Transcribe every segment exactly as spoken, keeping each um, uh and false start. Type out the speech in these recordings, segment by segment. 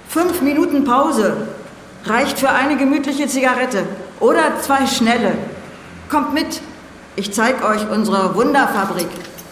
Fünf Minuten Pause. Reicht für eine gemütliche Zigarette. Oder zwei schnelle. Kommt mit. Ich zeig euch unsere Wunderfabrik.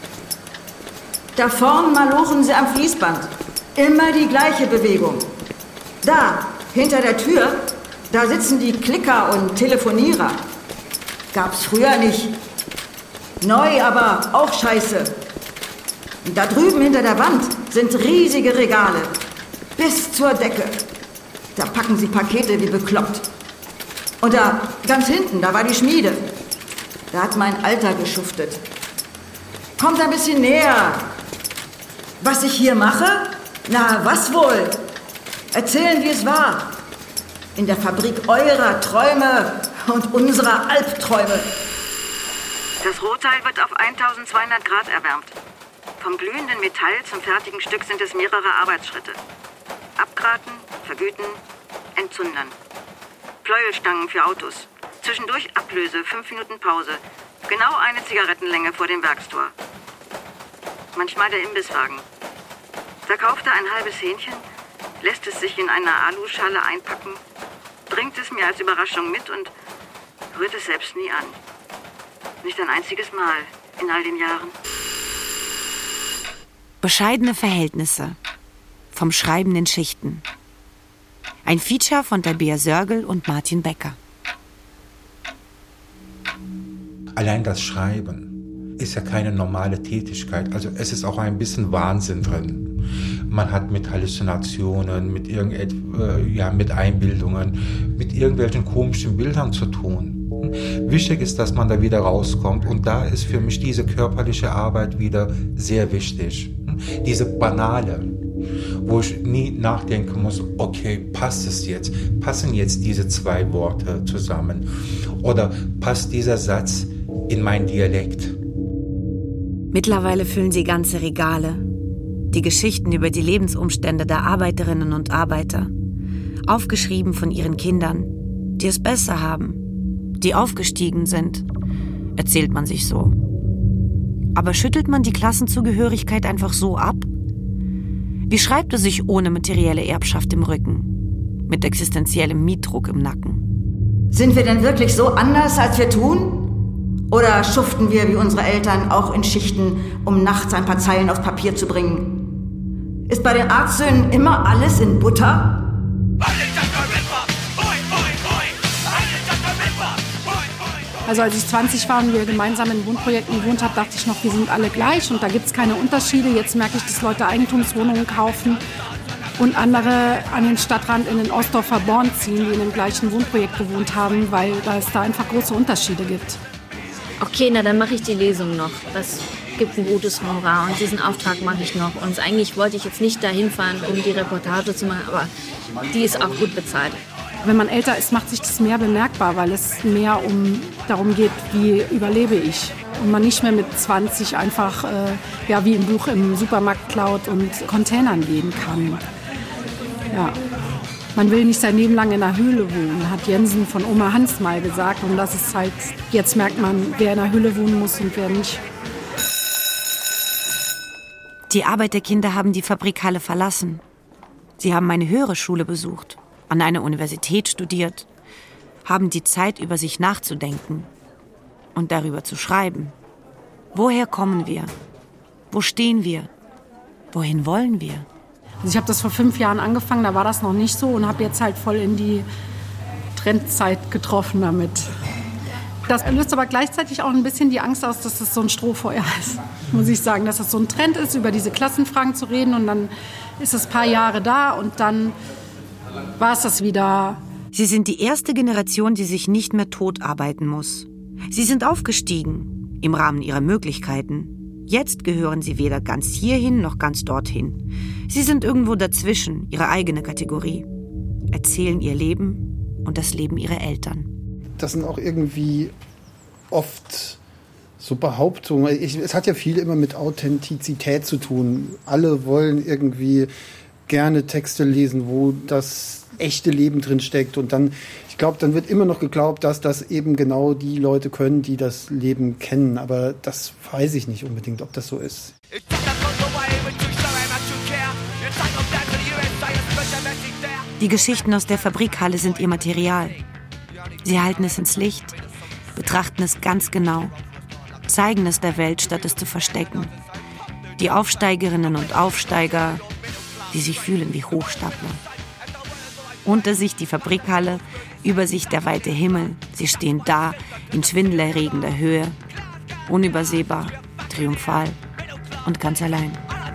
Da vorn malochen sie am Fließband. Immer die gleiche Bewegung. Da, hinter der Tür, da sitzen die Klicker und Telefonierer. Gab's früher nicht. Neu, aber auch scheiße. Und da drüben hinter der Wand sind riesige Regale. Bis zur Decke. Da packen sie Pakete wie bekloppt. Und da, ganz hinten, da war die Schmiede. Da hat mein Alter geschuftet. Kommt ein bisschen näher. Was ich hier mache? Na, was wohl? Erzählen, wie es war. In der Fabrik eurer Träume und unserer Albträume. Das Rohteil wird auf eintausendzweihundert Grad erwärmt. Vom glühenden Metall zum fertigen Stück sind es mehrere Arbeitsschritte. Abgraten, vergüten, entzündern. Pleuelstangen für Autos. Zwischendurch Ablöse, fünf Minuten Pause. Genau eine Zigarettenlänge vor dem Werkstor. Manchmal der Imbisswagen. Verkauft er ein halbes Hähnchen, lässt es sich in einer Aluschale einpacken, bringt es mir als Überraschung mit und rührt es selbst nie an. Nicht ein einziges Mal in all den Jahren. Bescheidene Verhältnisse. Vom Schreiben in Schichten. Ein Feature von Tabea Sörgel und Martin Becker. Allein das Schreiben ist ja keine normale Tätigkeit. Also es ist auch ein bisschen Wahnsinn drin. Man hat mit Halluzinationen, mit, irgendet, äh, ja, mit Einbildungen, mit irgendwelchen komischen Bildern zu tun. Wichtig ist, dass man da wieder rauskommt. Und da ist für mich diese körperliche Arbeit wieder sehr wichtig. Diese banale, wo ich nie nachdenken muss, okay, passt es jetzt? Passen jetzt diese zwei Worte zusammen? Oder passt dieser Satz in mein Dialekt? Mittlerweile füllen sie ganze Regale. Die Geschichten über die Lebensumstände der Arbeiterinnen und Arbeiter. Aufgeschrieben von ihren Kindern, die es besser haben, die aufgestiegen sind, erzählt man sich so. Aber schüttelt man die Klassenzugehörigkeit einfach so ab? Wie schreibt es sich ohne materielle Erbschaft im Rücken? Mit existenziellem Mietdruck im Nacken? Sind wir denn wirklich so anders, als wir tun? Oder schuften wir wie unsere Eltern auch in Schichten, um nachts ein paar Zeilen aufs Papier zu bringen? Ist bei den Arztsöhnen immer alles in Butter? Also als ich zwanzig war und wir gemeinsam in Wohnprojekten gewohnt haben, dachte ich noch, wir sind alle gleich und da gibt es keine Unterschiede. Jetzt merke ich, dass Leute Eigentumswohnungen kaufen und andere an den Stadtrand in den Ostdorfer Born ziehen, die in dem gleichen Wohnprojekt gewohnt haben, weil es da einfach große Unterschiede gibt. Okay, na dann mache ich die Lesung noch. Das gibt ein gutes Honorar und diesen Auftrag mache ich noch. Und eigentlich wollte ich jetzt nicht dahin fahren, um die Reportage zu machen, aber die ist auch gut bezahlt. Wenn man älter ist, macht sich das mehr bemerkbar, weil es mehr um darum geht, wie überlebe ich. Und man nicht mehr mit zwanzig einfach äh, ja, wie im Buch im Supermarkt klaut und Containern gehen kann. Ja. Man will nicht sein Leben lang in einer Höhle wohnen, hat Jensen von Oma Hans mal gesagt. Und das ist halt, jetzt merkt man, wer in einer Höhle wohnen muss und wer nicht. Die Arbeiterkinder haben die Fabrikhalle verlassen. Sie haben eine höhere Schule besucht, an einer Universität studiert, haben die Zeit, über sich nachzudenken und darüber zu schreiben. Woher kommen wir? Wo stehen wir? Wohin wollen wir? Also ich habe das vor fünf Jahren angefangen, da war das noch nicht so und habe jetzt halt voll in die Trendzeit getroffen damit. Das löst aber gleichzeitig auch ein bisschen die Angst aus, dass das so ein Strohfeuer ist, muss ich sagen. Dass das so ein Trend ist, über diese Klassenfragen zu reden und dann ist es ein paar Jahre da und dann war es das wieder. Sie sind die erste Generation, die sich nicht mehr tot arbeiten muss. Sie sind aufgestiegen, im Rahmen ihrer Möglichkeiten. Jetzt gehören sie weder ganz hierhin noch ganz dorthin. Sie sind irgendwo dazwischen, ihre eigene Kategorie. Erzählen ihr Leben und das Leben ihrer Eltern. Das sind auch irgendwie oft so Behauptungen. Ich, es hat ja viel immer mit Authentizität zu tun. Alle wollen irgendwie gerne Texte lesen, wo das echte Leben drin steckt. Und dann, ich glaube, dann wird immer noch geglaubt, dass das eben genau die Leute können, die das Leben kennen. Aber das weiß ich nicht unbedingt, ob das so ist. Die Geschichten aus der Fabrikhalle sind ihr Material. Sie halten es ins Licht, betrachten es ganz genau, zeigen es der Welt, statt es zu verstecken. Die Aufsteigerinnen und Aufsteiger, die sich fühlen wie Hochstapler. Unter sich die Fabrikhalle, über sich der weite Himmel. Sie stehen da in schwindelerregender Höhe, unübersehbar, triumphal und ganz allein.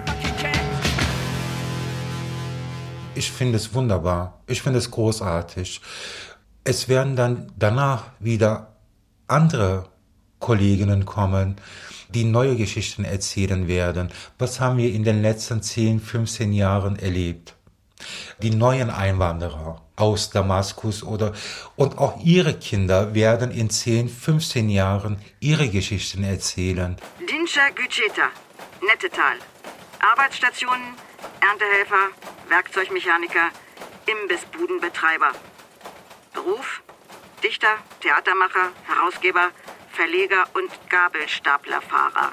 Ich finde es wunderbar. Ich finde es großartig. Es werden dann danach wieder andere Kolleginnen kommen, die neue Geschichten erzählen werden. Was haben wir in den letzten zehn, fünfzehn Jahren erlebt? Die neuen Einwanderer aus Damaskus oder und auch ihre Kinder werden in zehn, fünfzehn Jahren ihre Geschichten erzählen. Dinja Güceta, Nettetal. Arbeitsstationen, Erntehelfer, Werkzeugmechaniker, Imbissbudenbetreiber. Beruf: Dichter, Theatermacher, Herausgeber, Verleger und Gabelstaplerfahrer.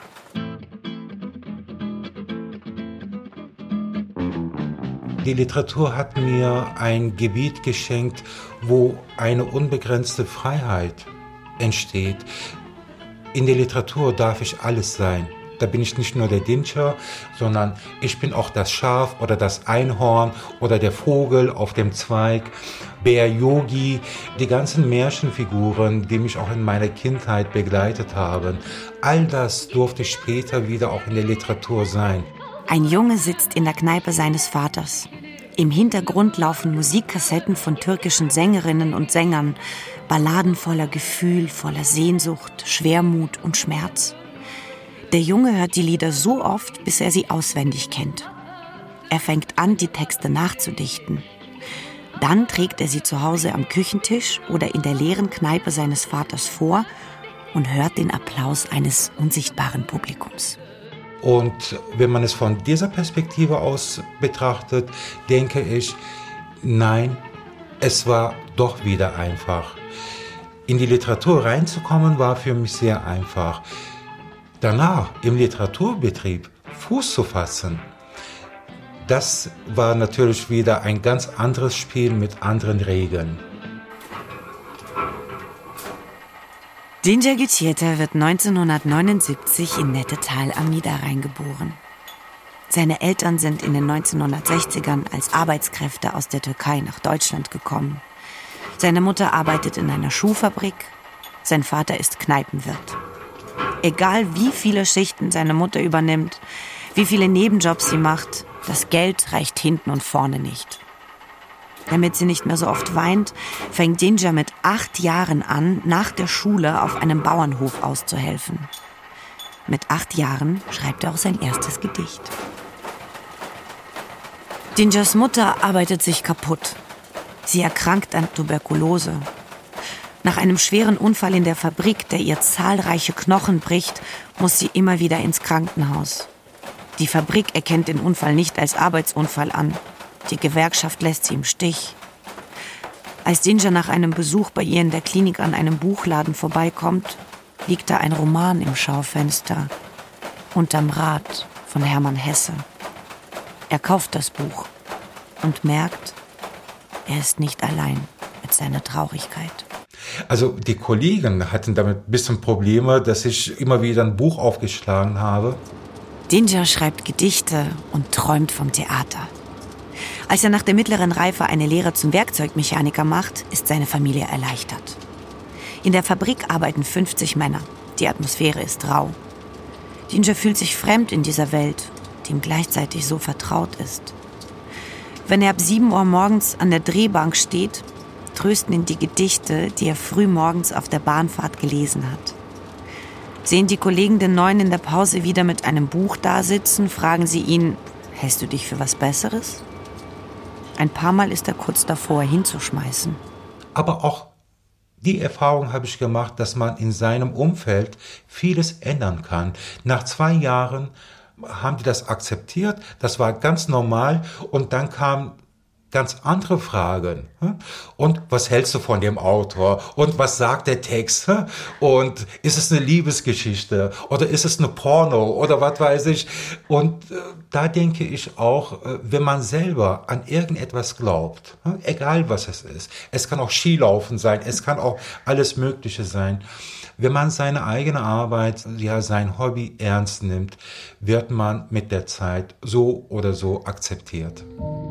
Die Literatur hat mir ein Gebiet geschenkt, wo eine unbegrenzte Freiheit entsteht. In der Literatur darf ich alles sein. Da bin ich nicht nur der Dinja, sondern ich bin auch das Schaf oder das Einhorn oder der Vogel auf dem Zweig, Bär Yogi, die ganzen Märchenfiguren, die mich auch in meiner Kindheit begleitet haben. All das durfte ich später wieder auch in der Literatur sein. Ein Junge sitzt in der Kneipe seines Vaters. Im Hintergrund laufen Musikkassetten von türkischen Sängerinnen und Sängern, Balladen voller Gefühl, voller Sehnsucht, Schwermut und Schmerz. Der Junge hört die Lieder so oft, bis er sie auswendig kennt. Er fängt an, die Texte nachzudichten. Dann trägt er sie zu Hause am Küchentisch oder in der leeren Kneipe seines Vaters vor und hört den Applaus eines unsichtbaren Publikums. Und wenn man es von dieser Perspektive aus betrachtet, denke ich, nein, es war doch wieder einfach. In die Literatur reinzukommen war für mich sehr einfach. Danach im Literaturbetrieb Fuß zu fassen, das war natürlich wieder ein ganz anderes Spiel mit anderen Regeln. Dinja Güceta wird neunzehnhundertneunundsiebzig in Nettetal am Niederrhein geboren. Seine Eltern sind in den neunzehnhundertsechzigern als Arbeitskräfte aus der Türkei nach Deutschland gekommen. Seine Mutter arbeitet in einer Schuhfabrik, sein Vater ist Kneipenwirt. Egal wie viele Schichten seine Mutter übernimmt, wie viele Nebenjobs sie macht, das Geld reicht hinten und vorne nicht. Damit sie nicht mehr so oft weint, fängt Dinja mit acht Jahren an, nach der Schule auf einem Bauernhof auszuhelfen. Mit acht Jahren schreibt er auch sein erstes Gedicht. Dinjas Mutter arbeitet sich kaputt. Sie erkrankt an Tuberkulose. Nach einem schweren Unfall in der Fabrik, der ihr zahlreiche Knochen bricht, muss sie immer wieder ins Krankenhaus. Die Fabrik erkennt den Unfall nicht als Arbeitsunfall an. Die Gewerkschaft lässt sie im Stich. Als Dinja nach einem Besuch bei ihr in der Klinik an einem Buchladen vorbeikommt, liegt da ein Roman im Schaufenster. Unterm Rad von Hermann Hesse. Er kauft das Buch und merkt, er ist nicht allein mit seiner Traurigkeit. Also die Kollegen hatten damit ein bisschen Probleme, dass ich immer wieder ein Buch aufgeschlagen habe. Dinja schreibt Gedichte und träumt vom Theater. Als er nach der mittleren Reife eine Lehre zum Werkzeugmechaniker macht, ist seine Familie erleichtert. In der Fabrik arbeiten fünfzig Männer. Die Atmosphäre ist rau. Dinja fühlt sich fremd in dieser Welt, die ihm gleichzeitig so vertraut ist. Wenn er ab sieben Uhr morgens an der Drehbank steht, trösten ihn die Gedichte, die er früh morgens auf der Bahnfahrt gelesen hat. Sehen die Kollegen den Neuen in der Pause wieder mit einem Buch dasitzen, fragen sie ihn, hältst du dich für was Besseres? Ein paar Mal ist er kurz davor, hinzuschmeißen. Aber auch die Erfahrung habe ich gemacht, dass man in seinem Umfeld vieles ändern kann. Nach zwei Jahren haben die das akzeptiert, das war ganz normal und dann kam ganz andere Fragen. Und was hältst du von dem Autor? Und was sagt der Text? Und ist es eine Liebesgeschichte? Oder ist es eine Porno? Oder was weiß ich? Und da denke ich auch, wenn man selber an irgendetwas glaubt, egal was es ist, es kann auch Skilaufen sein, es kann auch alles Mögliche sein. Wenn man seine eigene Arbeit, ja, sein Hobby ernst nimmt, wird man mit der Zeit so oder so akzeptiert.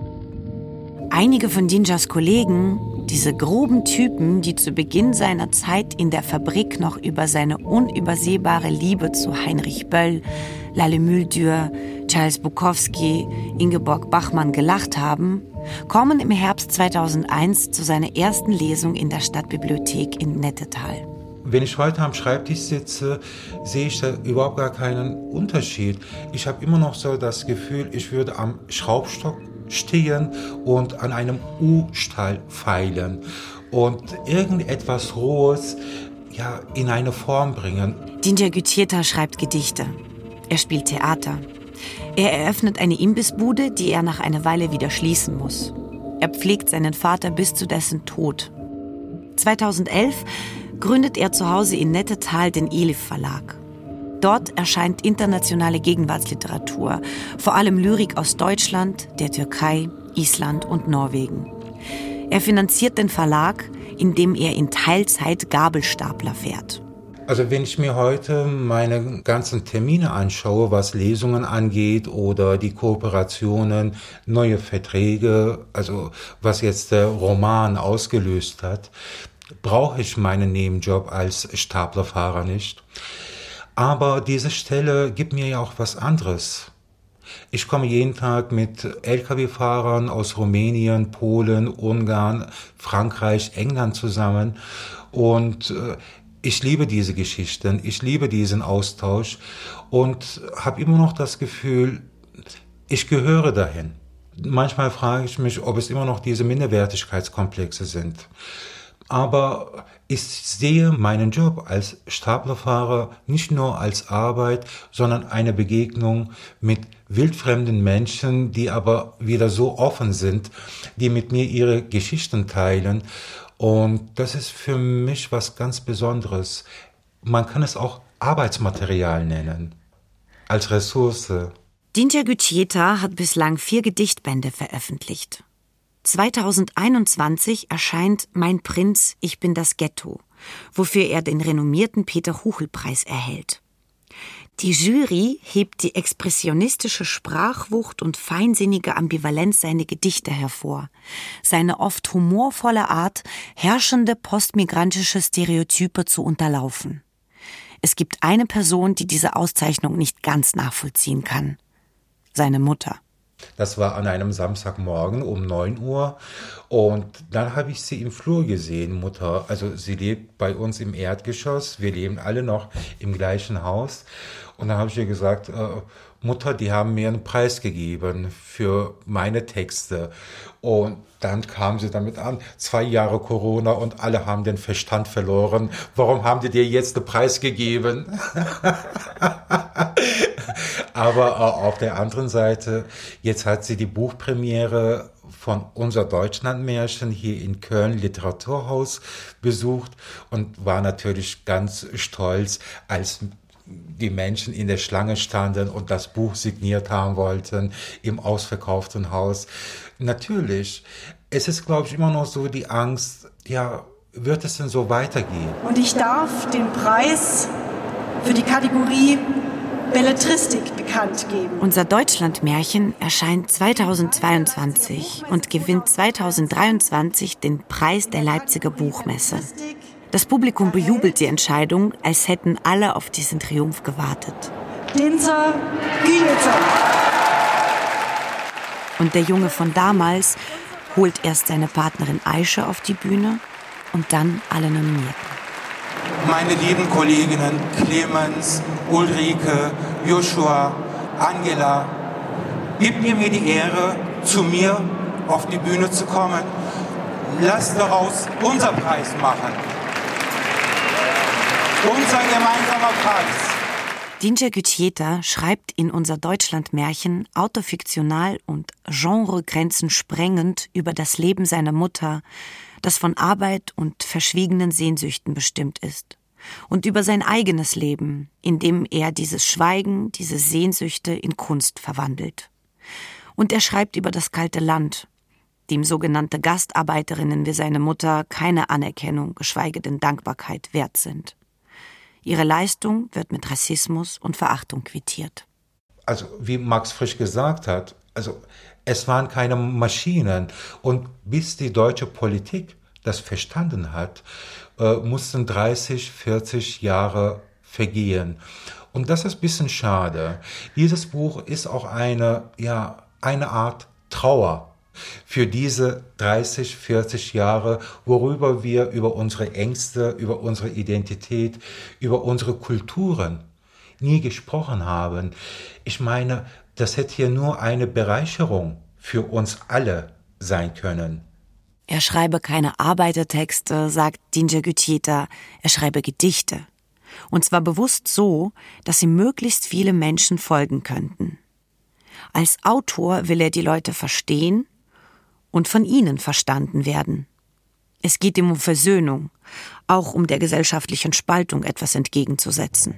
Einige von Dinjas Kollegen, diese groben Typen, die zu Beginn seiner Zeit in der Fabrik noch über seine unübersehbare Liebe zu Heinrich Böll, Lalle Müldür, Charles Bukowski, Ingeborg Bachmann gelacht haben, kommen im Herbst zweitausendeins zu seiner ersten Lesung in der Stadtbibliothek in Nettetal. Wenn ich heute am Schreibtisch sitze, sehe ich da überhaupt gar keinen Unterschied. Ich habe immer noch so das Gefühl, ich würde am Schraubstock stehen und an einem U-Stahl feilen und irgendetwas Rohes, ja, in eine Form bringen. Dinja Gütjeta schreibt Gedichte. Er spielt Theater. Er eröffnet eine Imbissbude, die er nach einer Weile wieder schließen muss. Er pflegt seinen Vater bis zu dessen Tod. zweitausendelf gründet er zu Hause in Nettetal den Elif Verlag. Dort erscheint internationale Gegenwartsliteratur, vor allem Lyrik aus Deutschland, der Türkei, Island und Norwegen. Er finanziert den Verlag, indem er in Teilzeit Gabelstapler fährt. Also wenn ich mir heute meine ganzen Termine anschaue, was Lesungen angeht oder die Kooperationen, neue Verträge, also was jetzt der Roman ausgelöst hat, brauche ich meinen Nebenjob als Staplerfahrer nicht. Aber diese Stelle gibt mir ja auch was anderes. Ich komme jeden Tag mit L K W-Fahrern aus Rumänien, Polen, Ungarn, Frankreich, England zusammen. Und äh, ich liebe diese Geschichten, ich liebe diesen Austausch und habe immer noch das Gefühl, ich gehöre dahin. Manchmal frage ich mich, ob es immer noch diese Minderwertigkeitskomplexe sind. Aber ich sehe meinen Job als Staplerfahrer nicht nur als Arbeit, sondern eine Begegnung mit wildfremden Menschen, die aber wieder so offen sind, die mit mir ihre Geschichten teilen. Und das ist für mich was ganz Besonderes. Man kann es auch Arbeitsmaterial nennen, als Ressource. Dinja Gütjeta hat bislang vier Gedichtbände veröffentlicht. zweitausendeinundzwanzig erscheint Mein Prinz, ich bin das Ghetto, wofür er den renommierten Peter-Huchel-Preis erhält. Die Jury hebt die expressionistische Sprachwucht und feinsinnige Ambivalenz seiner Gedichte hervor, seine oft humorvolle Art, herrschende postmigrantische Stereotype zu unterlaufen. Es gibt eine Person, die diese Auszeichnung nicht ganz nachvollziehen kann: seine Mutter. Das war an einem Samstagmorgen um neun Uhr und dann habe ich sie im Flur gesehen, Mutter. Also sie lebt bei uns im Erdgeschoss, wir leben alle noch im gleichen Haus. Und dann habe ich ihr gesagt, äh, Mutter, die haben mir einen Preis gegeben für meine Texte. Und dann kam sie damit an, zwei Jahre Corona und alle haben den Verstand verloren. Warum haben die dir jetzt den Preis gegeben? Aber äh, auf der anderen Seite, jetzt hat sie die Buchpremiere von Unser Deutschlandmärchen hier in Köln Literaturhaus besucht und war natürlich ganz stolz, als die Menschen in der Schlange standen und das Buch signiert haben wollten im ausverkauften Haus. Natürlich, es ist, glaube ich, immer noch so die Angst, ja, wird es denn so weitergehen? Und ich darf den Preis für die Kategorie Belletristik bekannt geben. Unser Deutschlandmärchen erscheint zweitausendzweiundzwanzig und gewinnt zweitausenddreiundzwanzig den Preis der Leipziger Buchmesse. Das Publikum bejubelt die Entscheidung, als hätten alle auf diesen Triumph gewartet. Dinja Gütjeta. Und der Junge von damals holt erst seine Partnerin Aische auf die Bühne und dann alle Nominierten. Meine lieben Kolleginnen Clemens, Ulrike, Joshua, Angela, gebt ihr mir die Ehre, zu mir auf die Bühne zu kommen. Lasst daraus unser Preis machen. Unser gemeinsamer Preis. Dinja Gütjeta schreibt in unser Deutschlandmärchen autofiktional und Genregrenzen sprengend über das Leben seiner Mutter, das von Arbeit und verschwiegenen Sehnsüchten bestimmt ist. Und über sein eigenes Leben, in dem er dieses Schweigen, diese Sehnsüchte in Kunst verwandelt. Und er schreibt über das kalte Land, dem sogenannte Gastarbeiterinnen wie seine Mutter keine Anerkennung, geschweige denn Dankbarkeit wert sind. Ihre Leistung wird mit Rassismus und Verachtung quittiert. Also wie Max Frisch gesagt hat, also es waren keine Maschinen. Und bis die deutsche Politik das verstanden hat, äh, mussten dreißig, vierzig Jahre vergehen. Und das ist ein bisschen schade. Dieses Buch ist auch eine, ja, eine Art Trauer für diese dreißig, vierzig Jahre, worüber wir über unsere Ängste, über unsere Identität, über unsere Kulturen nie gesprochen haben. Ich meine, das hätte hier nur eine Bereicherung für uns alle sein können. Er schreibe keine Arbeitertexte, sagt Dinja Gütjeta, er schreibe Gedichte. Und zwar bewusst so, dass sie möglichst viele Menschen folgen könnten. Als Autor will er die Leute verstehen und von ihnen verstanden werden. Es geht ihm um Versöhnung, auch um der gesellschaftlichen Spaltung etwas entgegenzusetzen.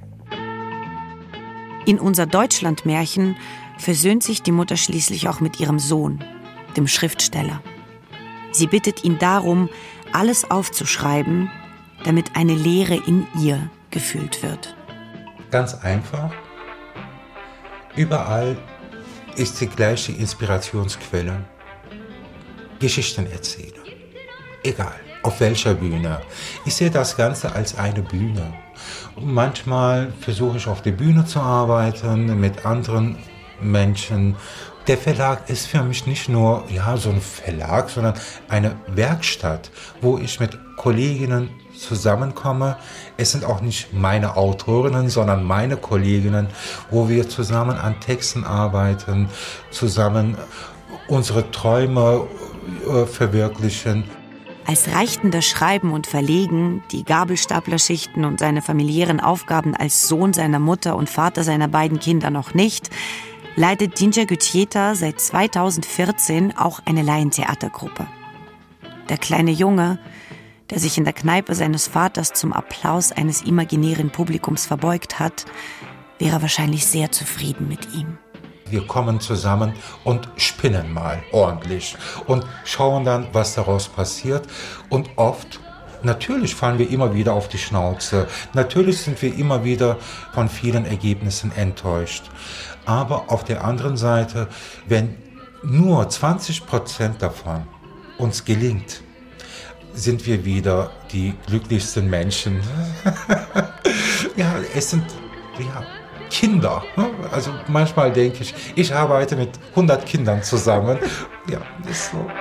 In unser Deutschlandmärchen versöhnt sich die Mutter schließlich auch mit ihrem Sohn, dem Schriftsteller. Sie bittet ihn darum, alles aufzuschreiben, damit eine Leere in ihr gefüllt wird. Ganz einfach. Überall ist die gleiche Inspirationsquelle. Geschichten erzählen. Egal, auf welcher Bühne. Ich sehe das Ganze als eine Bühne. Und manchmal versuche ich auf der Bühne zu arbeiten mit anderen Menschen. Der Verlag ist für mich nicht nur ja, so ein Verlag, sondern eine Werkstatt, wo ich mit Kolleginnen zusammenkomme. Es sind auch nicht meine Autorinnen, sondern meine Kolleginnen, wo wir zusammen an Texten arbeiten, zusammen unsere Träume äh, verwirklichen. Als reichten das Schreiben und Verlegen, die Gabelstaplerschichten und seine familiären Aufgaben als Sohn seiner Mutter und Vater seiner beiden Kinder noch nicht, leitet Dinja Gütjeta seit zweitausendvierzehn auch eine Laientheatergruppe. Der kleine Junge, der sich in der Kneipe seines Vaters zum Applaus eines imaginären Publikums verbeugt hat, wäre wahrscheinlich sehr zufrieden mit ihm. Wir kommen zusammen und spinnen mal ordentlich und schauen dann, was daraus passiert. Und oft, natürlich fallen wir immer wieder auf die Schnauze. Natürlich sind wir immer wieder von vielen Ergebnissen enttäuscht. Aber auf der anderen Seite, wenn nur zwanzig Prozent davon uns gelingt, sind wir wieder die glücklichsten Menschen. Ja, es sind ja, Kinder. Also manchmal denke ich, ich arbeite mit hundert Kindern zusammen. Ja, ist so.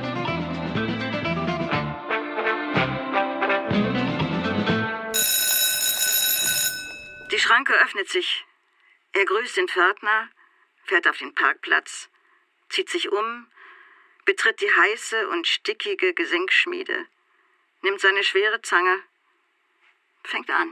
Die Schranke öffnet sich. Er grüßt den Pförtner, fährt auf den Parkplatz, zieht sich um, betritt die heiße und stickige Gesenkschmiede, nimmt seine schwere Zange, fängt an.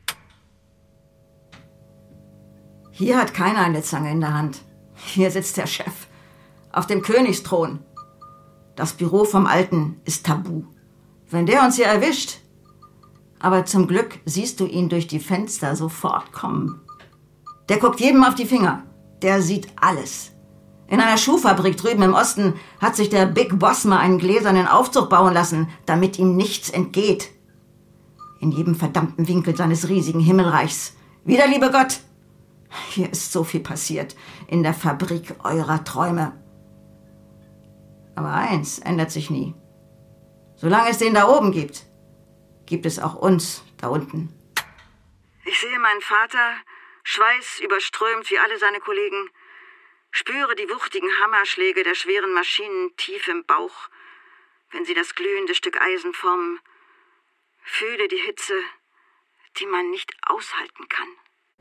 Hier hat keiner eine Zange in der Hand. Hier sitzt der Chef. Auf dem Königsthron. Das Büro vom Alten ist tabu. Wenn der uns hier erwischt. Aber zum Glück siehst du ihn durch die Fenster sofort kommen. Der guckt jedem auf die Finger. Der sieht alles. In einer Schuhfabrik drüben im Osten hat sich der Big Boss mal einen gläsernen Aufzug bauen lassen, damit ihm nichts entgeht. In jedem verdammten Winkel seines riesigen Himmelreichs. Wieder, liebe Gott. Hier ist so viel passiert in der Fabrik eurer Träume. Aber eins ändert sich nie. Solange es den da oben gibt, gibt es auch uns da unten. Ich sehe meinen Vater, Schweiß überströmt wie alle seine Kollegen, spüre die wuchtigen Hammerschläge der schweren Maschinen tief im Bauch, wenn sie das glühende Stück Eisen formen, fühle die Hitze, die man nicht aushalten kann.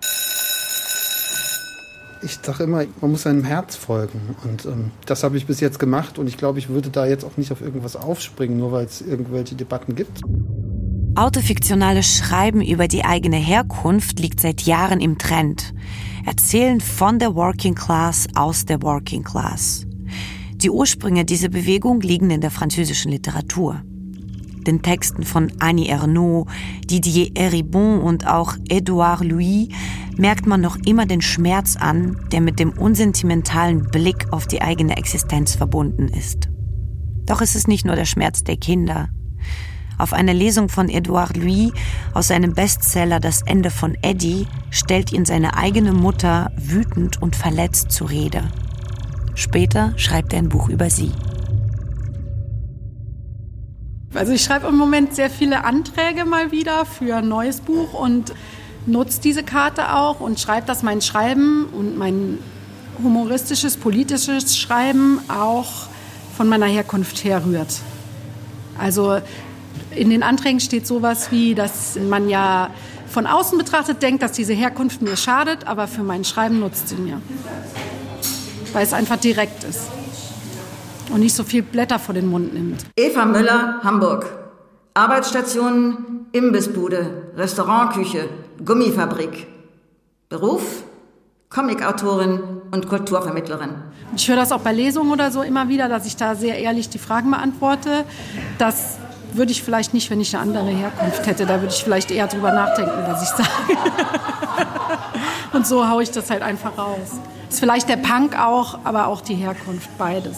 Ich sage immer, man muss seinem Herz folgen und ähm, das habe ich bis jetzt gemacht und ich glaube, ich würde da jetzt auch nicht auf irgendwas aufspringen, nur weil es irgendwelche Debatten gibt. Autofiktionales Schreiben über die eigene Herkunft liegt seit Jahren im Trend. Erzählen von der Working Class aus der Working Class. Die Ursprünge dieser Bewegung liegen in der französischen Literatur. Den Texten von Annie Ernaux, Didier Eribon und auch Édouard Louis merkt man noch immer den Schmerz an, der mit dem unsentimentalen Blick auf die eigene Existenz verbunden ist. Doch es ist nicht nur der Schmerz der Kinder. Auf einer Lesung von Édouard Louis aus seinem Bestseller Das Ende von Eddie stellt ihn seine eigene Mutter wütend und verletzt zur Rede. Später schreibt er ein Buch über sie. Also ich schreibe im Moment sehr viele Anträge mal wieder für ein neues Buch und nutze diese Karte auch und schreibe, dass mein Schreiben und mein humoristisches, politisches Schreiben auch von meiner Herkunft herrührt. Also in den Anträgen steht sowas wie, dass man ja von außen betrachtet denkt, dass diese Herkunft mir schadet, aber für mein Schreiben nutzt sie mir. Weil es einfach direkt ist und nicht so viel Blätter vor den Mund nimmt. Eva Müller, Hamburg. Arbeitsstationen, Imbissbude, Restaurantküche, Gummifabrik. Beruf? Comicautorin und Kulturvermittlerin. Ich höre das auch bei Lesungen oder so immer wieder, dass ich da sehr ehrlich die Fragen beantworte. Das würde ich vielleicht nicht, wenn ich eine andere Herkunft hätte. Da würde ich vielleicht eher drüber nachdenken, was ich sage. Und so haue ich das halt einfach raus. Ist vielleicht der Punk auch, aber auch die Herkunft, beides.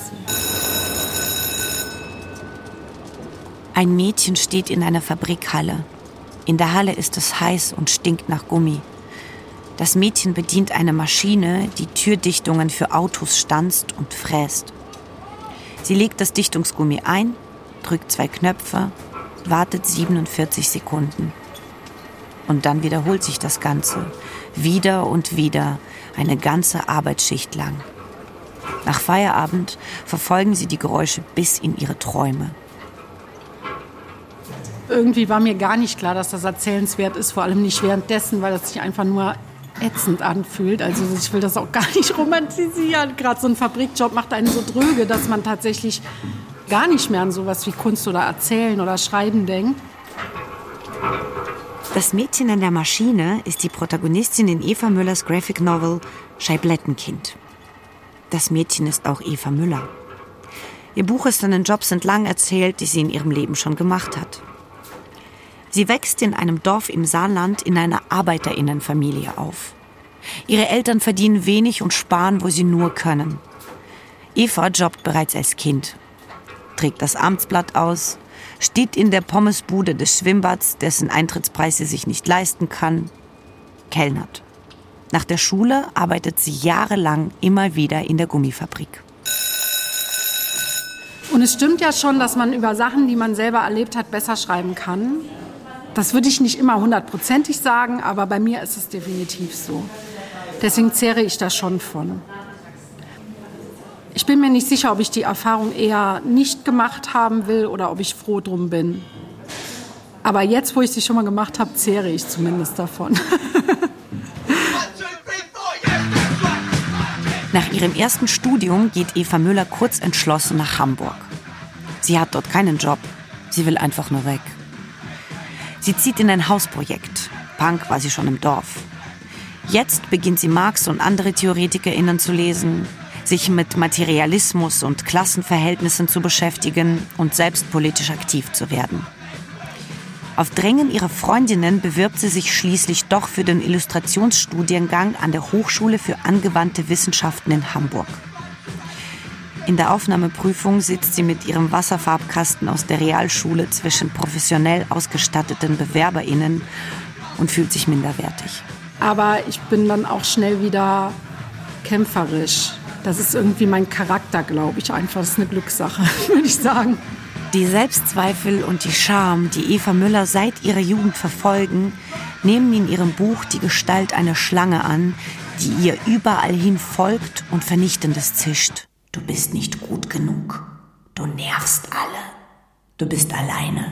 Ein Mädchen steht in einer Fabrikhalle. In der Halle ist es heiß und stinkt nach Gummi. Das Mädchen bedient eine Maschine, die Türdichtungen für Autos stanzt und fräst. Sie legt das Dichtungsgummi ein, drückt zwei Knöpfe, wartet siebenundvierzig Sekunden. Und dann wiederholt sich das Ganze. Wieder und wieder, eine ganze Arbeitsschicht lang. Nach Feierabend verfolgen sie die Geräusche bis in ihre Träume. Irgendwie war mir gar nicht klar, dass das erzählenswert ist, vor allem nicht währenddessen, weil es sich einfach nur ätzend anfühlt. Also ich will das auch gar nicht romantisieren. Gerade so ein Fabrikjob macht einen so dröge, dass man tatsächlich gar nicht mehr an sowas wie Kunst oder Erzählen oder Schreiben denkt. Das Mädchen an der Maschine ist die Protagonistin in Eva Müllers Graphic Novel Scheiblettenkind. Das Mädchen ist auch Eva Müller. Ihr Buch ist an den Jobs entlang erzählt, die sie in ihrem Leben schon gemacht hat. Sie wächst in einem Dorf im Saarland in einer Arbeiterinnenfamilie auf. Ihre Eltern verdienen wenig und sparen, wo sie nur können. Eva jobbt bereits als Kind, trägt das Amtsblatt aus, steht in der Pommesbude des Schwimmbads, dessen Eintrittspreis sie sich nicht leisten kann, kellnert. Nach der Schule arbeitet sie jahrelang immer wieder in der Gummifabrik. Und es stimmt ja schon, dass man über Sachen, die man selber erlebt hat, besser schreiben kann. Das würde ich nicht immer hundertprozentig sagen, aber bei mir ist es definitiv so. Deswegen zehre ich da schon von. Ich bin mir nicht sicher, ob ich die Erfahrung eher nicht gemacht haben will oder ob ich froh drum bin. Aber jetzt, wo ich sie schon mal gemacht habe, zehre ich zumindest davon. Nach ihrem ersten Studium geht Eva Müller kurz entschlossen nach Hamburg. Sie hat dort keinen Job. Sie will einfach nur weg. Sie zieht in ein Hausprojekt. Punk war sie schon im Dorf. Jetzt beginnt sie Marx und andere TheoretikerInnen zu lesen, sich mit Materialismus und Klassenverhältnissen zu beschäftigen und selbst politisch aktiv zu werden. Auf Drängen ihrer Freundinnen bewirbt sie sich schließlich doch für den Illustrationsstudiengang an der Hochschule für angewandte Wissenschaften in Hamburg. In der Aufnahmeprüfung sitzt sie mit ihrem Wasserfarbkasten aus der Realschule zwischen professionell ausgestatteten BewerberInnen und fühlt sich minderwertig. Aber ich bin dann auch schnell wieder kämpferisch. Das ist irgendwie mein Charakter, glaube ich, einfach. Das ist eine Glückssache, würde ich sagen. Die Selbstzweifel und die Scham, die Eva Müller seit ihrer Jugend verfolgen, nehmen in ihrem Buch die Gestalt einer Schlange an, die ihr überall hin folgt und Vernichtendes zischt. Du bist nicht gut genug. Du nervst alle. Du bist alleine.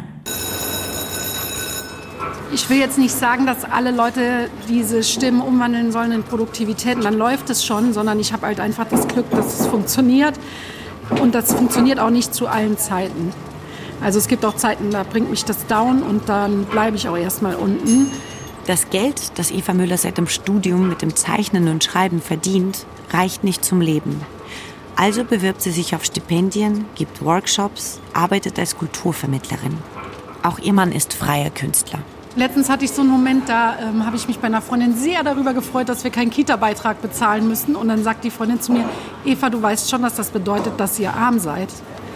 Ich will jetzt nicht sagen, dass alle Leute diese Stimmen umwandeln sollen in Produktivität und dann läuft es schon, sondern ich habe halt einfach das Glück, dass es funktioniert und das funktioniert auch nicht zu allen Zeiten. Also es gibt auch Zeiten, da bringt mich das down und dann bleibe ich auch erstmal unten. Das Geld, das Eva Müller seit dem Studium mit dem Zeichnen und Schreiben verdient, reicht nicht zum Leben. Also bewirbt sie sich auf Stipendien, gibt Workshops, arbeitet als Kulturvermittlerin. Auch ihr Mann ist freier Künstler. Letztens hatte ich so einen Moment, da ähm, habe ich mich bei einer Freundin sehr darüber gefreut, dass wir keinen Kita-Beitrag bezahlen müssen. Und dann sagt die Freundin zu mir, Eva, du weißt schon, dass das bedeutet, dass ihr arm seid.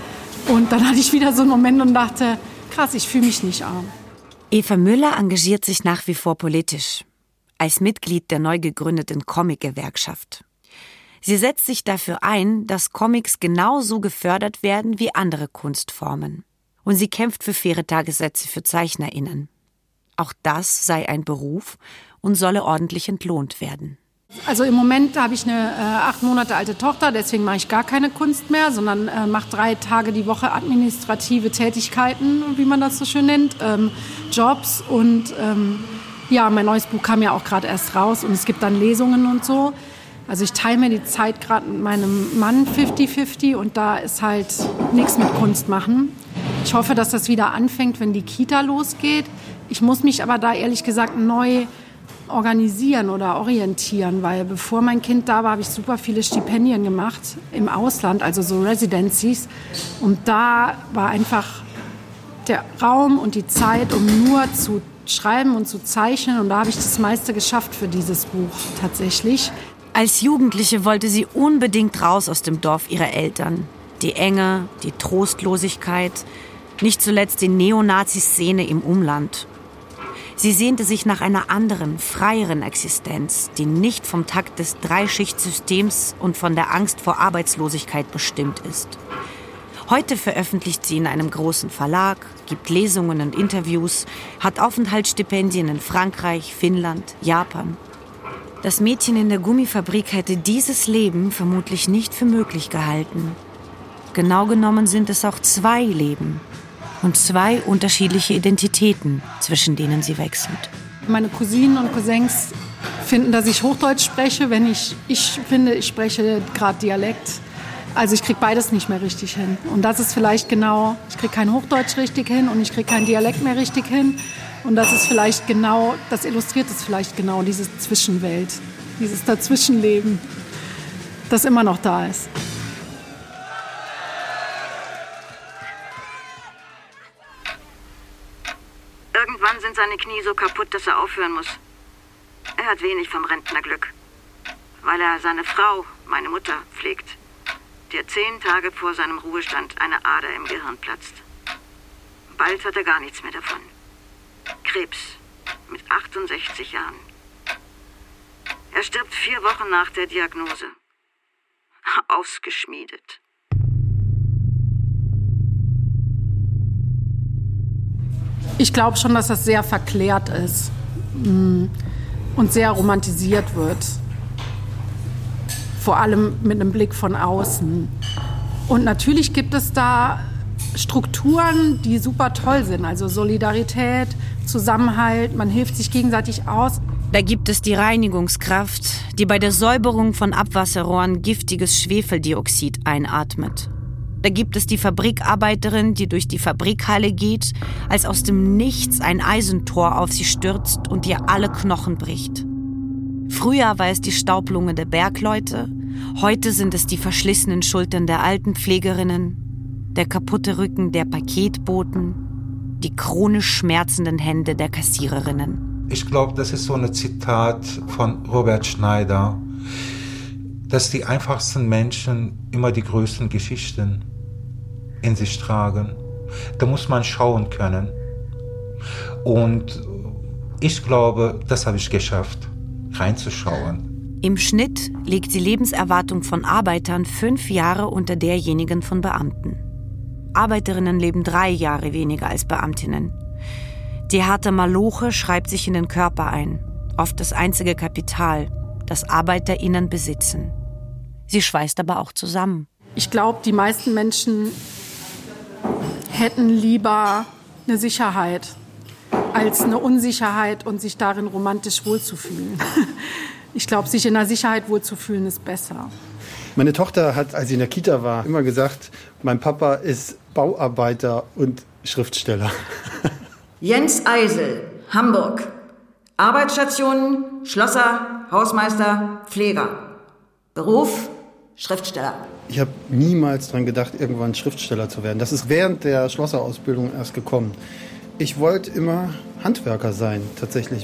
Und dann hatte ich wieder so einen Moment und dachte, krass, ich fühle mich nicht arm. Eva Müller engagiert sich nach wie vor politisch, als Mitglied der neu gegründeten Comic-Gewerkschaft. Sie setzt sich dafür ein, dass Comics genauso gefördert werden wie andere Kunstformen. Und sie kämpft für faire Tagessätze für ZeichnerInnen. Auch das sei ein Beruf und solle ordentlich entlohnt werden. Also im Moment habe ich eine äh, acht Monate alte Tochter, deswegen mache ich gar keine Kunst mehr, sondern äh, mache drei Tage die Woche administrative Tätigkeiten, wie man das so schön nennt, ähm, Jobs. Und ähm, ja, mein neues Buch kam ja auch gerade erst raus und es gibt dann Lesungen und so. Also ich teile mir die Zeit gerade mit meinem Mann fifty fifty und da ist halt nichts mit Kunst machen. Ich hoffe, dass das wieder anfängt, wenn die Kita losgeht. Ich muss mich aber da ehrlich gesagt neu organisieren oder orientieren, weil bevor mein Kind da war, habe ich super viele Stipendien gemacht im Ausland, also so Residencies. Und da war einfach der Raum und die Zeit, um nur zu schreiben und zu zeichnen. Und da habe ich das meiste geschafft für dieses Buch tatsächlich. Als Jugendliche wollte sie unbedingt raus aus dem Dorf ihrer Eltern. Die Enge, die Trostlosigkeit, nicht zuletzt die Neonazi-Szene im Umland. Sie sehnte sich nach einer anderen, freieren Existenz, die nicht vom Takt des Dreischichtssystems und von der Angst vor Arbeitslosigkeit bestimmt ist. Heute veröffentlicht sie in einem großen Verlag, gibt Lesungen und Interviews, hat Aufenthaltsstipendien in Frankreich, Finnland, Japan. Das Mädchen in der Gummifabrik hätte dieses Leben vermutlich nicht für möglich gehalten. Genau genommen sind es auch zwei Leben. Und zwei unterschiedliche Identitäten, zwischen denen sie wechselt. Meine Cousinen und Cousins finden, dass ich Hochdeutsch spreche, wenn ich, ich finde, ich spreche gerade Dialekt. Also ich kriege beides nicht mehr richtig hin. Und das ist vielleicht genau, ich kriege kein Hochdeutsch richtig hin und ich kriege keinen Dialekt mehr richtig hin. Und das ist vielleicht genau, das illustriert es vielleicht genau, diese Zwischenwelt, dieses Dazwischenleben, das immer noch da ist. Irgendwann sind seine Knie so kaputt, dass er aufhören muss. Er hat wenig vom Rentnerglück, weil er seine Frau, meine Mutter, pflegt, der zehn Tage vor seinem Ruhestand eine Ader im Gehirn platzt. Bald hat er gar nichts mehr davon. Krebs, mit achtundsechzig Jahren. Er stirbt vier Wochen nach der Diagnose. Ausgeschmiedet. Ich glaube schon, dass das sehr verklärt ist und sehr romantisiert wird. Vor allem mit einem Blick von außen. Und natürlich gibt es da Strukturen, die super toll sind. Also Solidarität, Zusammenhalt, man hilft sich gegenseitig aus. Da gibt es die Reinigungskraft, die bei der Säuberung von Abwasserrohren giftiges Schwefeldioxid einatmet. Da gibt es die Fabrikarbeiterin, die durch die Fabrikhalle geht, als aus dem Nichts ein Eisentor auf sie stürzt und ihr alle Knochen bricht. Früher war es die Staublunge der Bergleute, heute sind es die verschlissenen Schultern der Altenpflegerinnen, der kaputte Rücken der Paketboten, die chronisch schmerzenden Hände der Kassiererinnen. Ich glaube, das ist so ein Zitat von Robert Schneider, dass die einfachsten Menschen immer die größten Geschichten in sich tragen. Da muss man schauen können. Und ich glaube, das habe ich geschafft, reinzuschauen. Im Schnitt liegt die Lebenserwartung von Arbeitern fünf Jahre unter derjenigen von Beamten. Arbeiterinnen leben drei Jahre weniger als Beamtinnen. Die harte Maloche schreibt sich in den Körper ein, oft das einzige Kapital, das ArbeiterInnen besitzen. Sie schweißt aber auch zusammen. Ich glaube, die meisten Menschen hätten lieber eine Sicherheit als eine Unsicherheit und sich darin romantisch wohlzufühlen. Ich glaube, sich in der Sicherheit wohlzufühlen ist besser. Meine Tochter hat, als sie in der Kita war, immer gesagt, mein Papa ist Bauarbeiter und Schriftsteller. Jens Eisel, Hamburg. Arbeitsstationen, Schlosser, Hausmeister, Pfleger. Beruf, Schriftsteller. Ich habe niemals daran gedacht, irgendwann Schriftsteller zu werden. Das ist während der Schlosserausbildung erst gekommen. Ich wollte immer Handwerker sein, tatsächlich.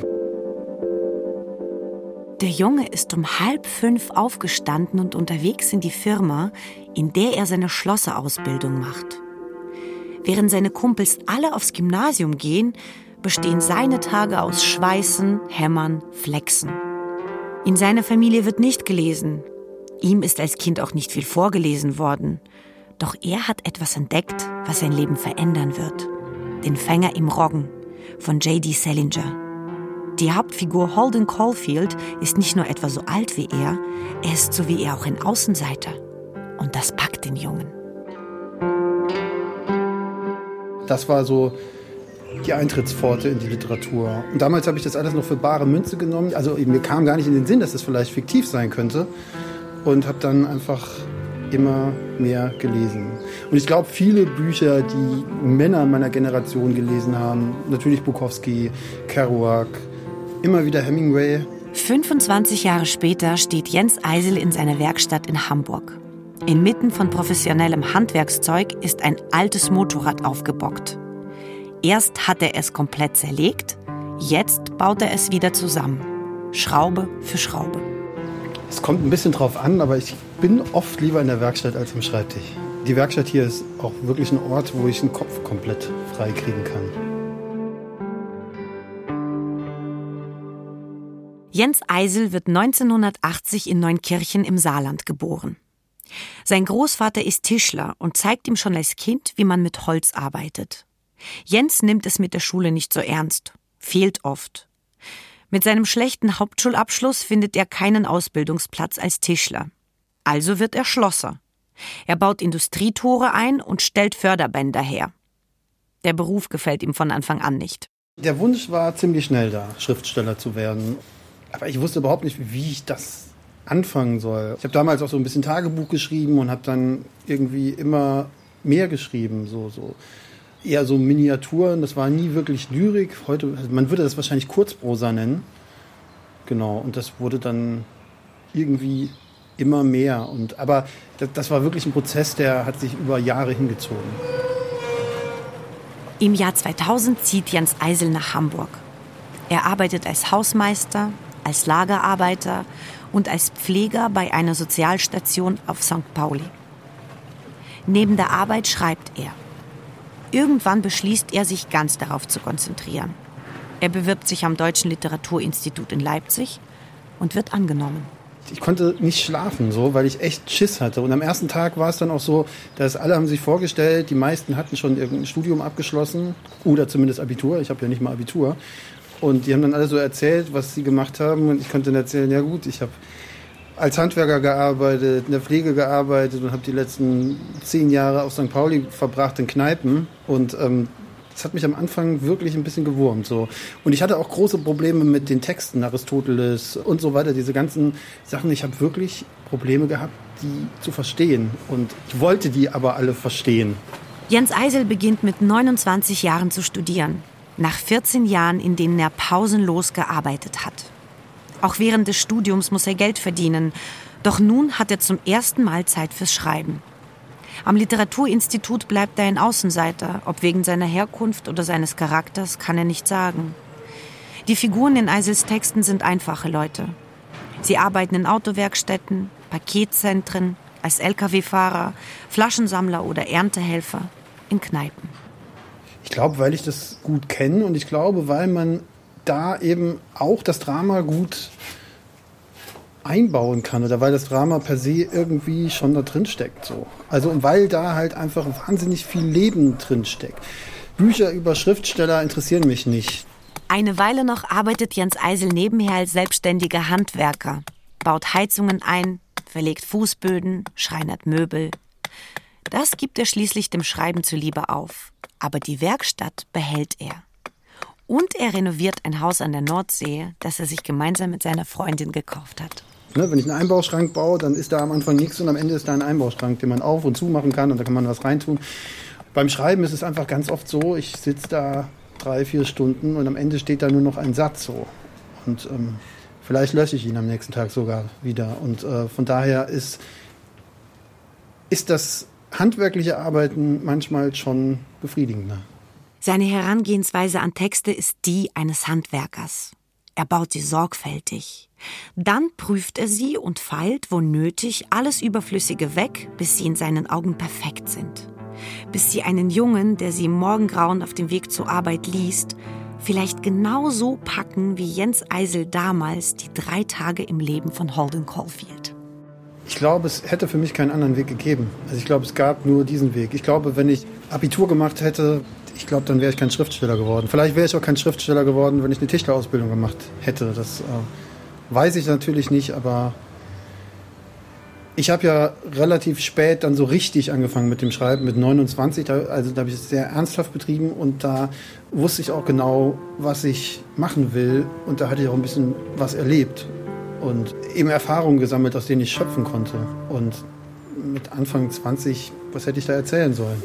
Der Junge ist um halb fünf aufgestanden und unterwegs in die Firma, in der er seine Schlosserausbildung macht. Während seine Kumpels alle aufs Gymnasium gehen, bestehen seine Tage aus Schweißen, Hämmern, Flexen. In seiner Familie wird nicht gelesen. Ihm ist als Kind auch nicht viel vorgelesen worden. Doch er hat etwas entdeckt, was sein Leben verändern wird. Den Fänger im Roggen von J D Salinger. Die Hauptfigur Holden Caulfield ist nicht nur etwa so alt wie er, er ist so wie er auch ein Außenseiter. Und das packt den Jungen. Das war so die Eintrittspforte in die Literatur. Und damals habe ich das alles noch für bare Münze genommen. Also mir kam gar nicht in den Sinn, dass das vielleicht fiktiv sein könnte. Und habe dann einfach immer mehr gelesen. Und ich glaube, viele Bücher, die Männer meiner Generation gelesen haben, natürlich Bukowski, Kerouac, immer wieder Hemingway. fünfundzwanzig Jahre später steht Jens Eisel in seiner Werkstatt in Hamburg. Inmitten von professionellem Handwerkszeug ist ein altes Motorrad aufgebockt. Erst hat er es komplett zerlegt, jetzt baut er es wieder zusammen. Schraube für Schraube. Es kommt ein bisschen drauf an, aber ich bin oft lieber in der Werkstatt als am Schreibtisch. Die Werkstatt hier ist auch wirklich ein Ort, wo ich den Kopf komplett frei kriegen kann. Jens Eisel wird neunzehnhundertachtzig in Neunkirchen im Saarland geboren. Sein Großvater ist Tischler und zeigt ihm schon als Kind, wie man mit Holz arbeitet. Jens nimmt es mit der Schule nicht so ernst, fehlt oft. Mit seinem schlechten Hauptschulabschluss findet er keinen Ausbildungsplatz als Tischler. Also wird er Schlosser. Er baut Industrietore ein und stellt Förderbänder her. Der Beruf gefällt ihm von Anfang an nicht. Der Wunsch war ziemlich schnell da, Schriftsteller zu werden. Aber ich wusste überhaupt nicht, wie ich das anfangen soll. Ich habe damals auch so ein bisschen Tagebuch geschrieben und habe dann irgendwie immer mehr geschrieben, so so eher so Miniaturen. Das war nie wirklich Lyrik. Heute, man würde das wahrscheinlich Kurzprosa nennen. Genau. Und das wurde dann irgendwie immer mehr. Und aber das, das war wirklich ein Prozess, der hat sich über Jahre hingezogen. Im Jahr zweitausend zieht Jens Eisel nach Hamburg. Er arbeitet als Hausmeister, als Lagerarbeiter und als Pfleger bei einer Sozialstation auf Sankt Pauli. Neben der Arbeit schreibt er. Irgendwann beschließt er, sich ganz darauf zu konzentrieren. Er bewirbt sich am Deutschen Literaturinstitut in Leipzig und wird angenommen. Ich konnte nicht schlafen, so, weil ich echt Schiss hatte. Und am ersten Tag war es dann auch so, dass alle haben sich vorgestellt, die meisten hatten schon irgendein Studium abgeschlossen oder zumindest Abitur. Ich habe ja nicht mal Abitur. Und die haben dann alle so erzählt, was sie gemacht haben. Und ich konnte dann erzählen, ja gut, ich habe als Handwerker gearbeitet, in der Pflege gearbeitet und habe die letzten zehn Jahre auf Sankt Pauli verbracht in Kneipen. Und ähm, das hat mich am Anfang wirklich ein bisschen gewurmt. So. Und ich hatte auch große Probleme mit den Texten, Aristoteles und so weiter, diese ganzen Sachen. Ich habe wirklich Probleme gehabt, die zu verstehen. Und ich wollte die aber alle verstehen. Jens Eisel beginnt mit neunundzwanzig Jahren zu studieren. Nach vierzehn Jahren, in denen er pausenlos gearbeitet hat. Auch während des Studiums muss er Geld verdienen. Doch nun hat er zum ersten Mal Zeit fürs Schreiben. Am Literaturinstitut bleibt er ein Außenseiter. Ob wegen seiner Herkunft oder seines Charakters, kann er nicht sagen. Die Figuren in Eisels Texten sind einfache Leute. Sie arbeiten in Autowerkstätten, Paketzentren, als L K W-Fahrer, Flaschensammler oder Erntehelfer, in Kneipen. Ich glaube, weil ich das gut kenne und ich glaube, weil man da eben auch das Drama gut einbauen kann oder weil das Drama per se irgendwie schon da drin steckt. So. Also und weil da halt einfach wahnsinnig viel Leben drin steckt. Bücher über Schriftsteller interessieren mich nicht. Eine Weile noch arbeitet Jens Eisel nebenher als selbstständiger Handwerker, baut Heizungen ein, verlegt Fußböden, schreinert Möbel. Das gibt er schließlich dem Schreiben zuliebe auf. Aber die Werkstatt behält er. Und er renoviert ein Haus an der Nordsee, das er sich gemeinsam mit seiner Freundin gekauft hat. Ne, wenn ich einen Einbauschrank baue, dann ist da am Anfang nichts und am Ende ist da ein Einbauschrank, den man auf- und zumachen kann und da kann man was reintun. Beim Schreiben ist es einfach ganz oft so, ich sitze da drei, vier Stunden und am Ende steht da nur noch ein Satz so. Und ähm, vielleicht lösche ich ihn am nächsten Tag sogar wieder. Und äh, von daher ist, ist das handwerkliche Arbeiten manchmal schon befriedigender. Seine Herangehensweise an Texte ist die eines Handwerkers. Er baut sie sorgfältig. Dann prüft er sie und feilt, wo nötig, alles Überflüssige weg, bis sie in seinen Augen perfekt sind. Bis sie einen Jungen, der sie im Morgengrauen auf dem Weg zur Arbeit liest, vielleicht genauso packen wie Jens Eisel damals die drei Tage im Leben von Holden Caulfield. Ich glaube, es hätte für mich keinen anderen Weg gegeben. Also ich glaube, es gab nur diesen Weg. Ich glaube, wenn ich Abitur gemacht hätte, ich glaube, dann wäre ich kein Schriftsteller geworden. Vielleicht wäre ich auch kein Schriftsteller geworden, wenn ich eine Tischlerausbildung gemacht hätte. Das äh, weiß ich natürlich nicht, aber ich habe ja relativ spät dann so richtig angefangen mit dem Schreiben, mit neunundzwanzig. Da, also da habe ich es sehr ernsthaft betrieben und da wusste ich auch genau, was ich machen will. Und da hatte ich auch ein bisschen was erlebt und eben Erfahrungen gesammelt, aus denen ich schöpfen konnte. Und mit Anfang zwanzig, was hätte ich da erzählen sollen?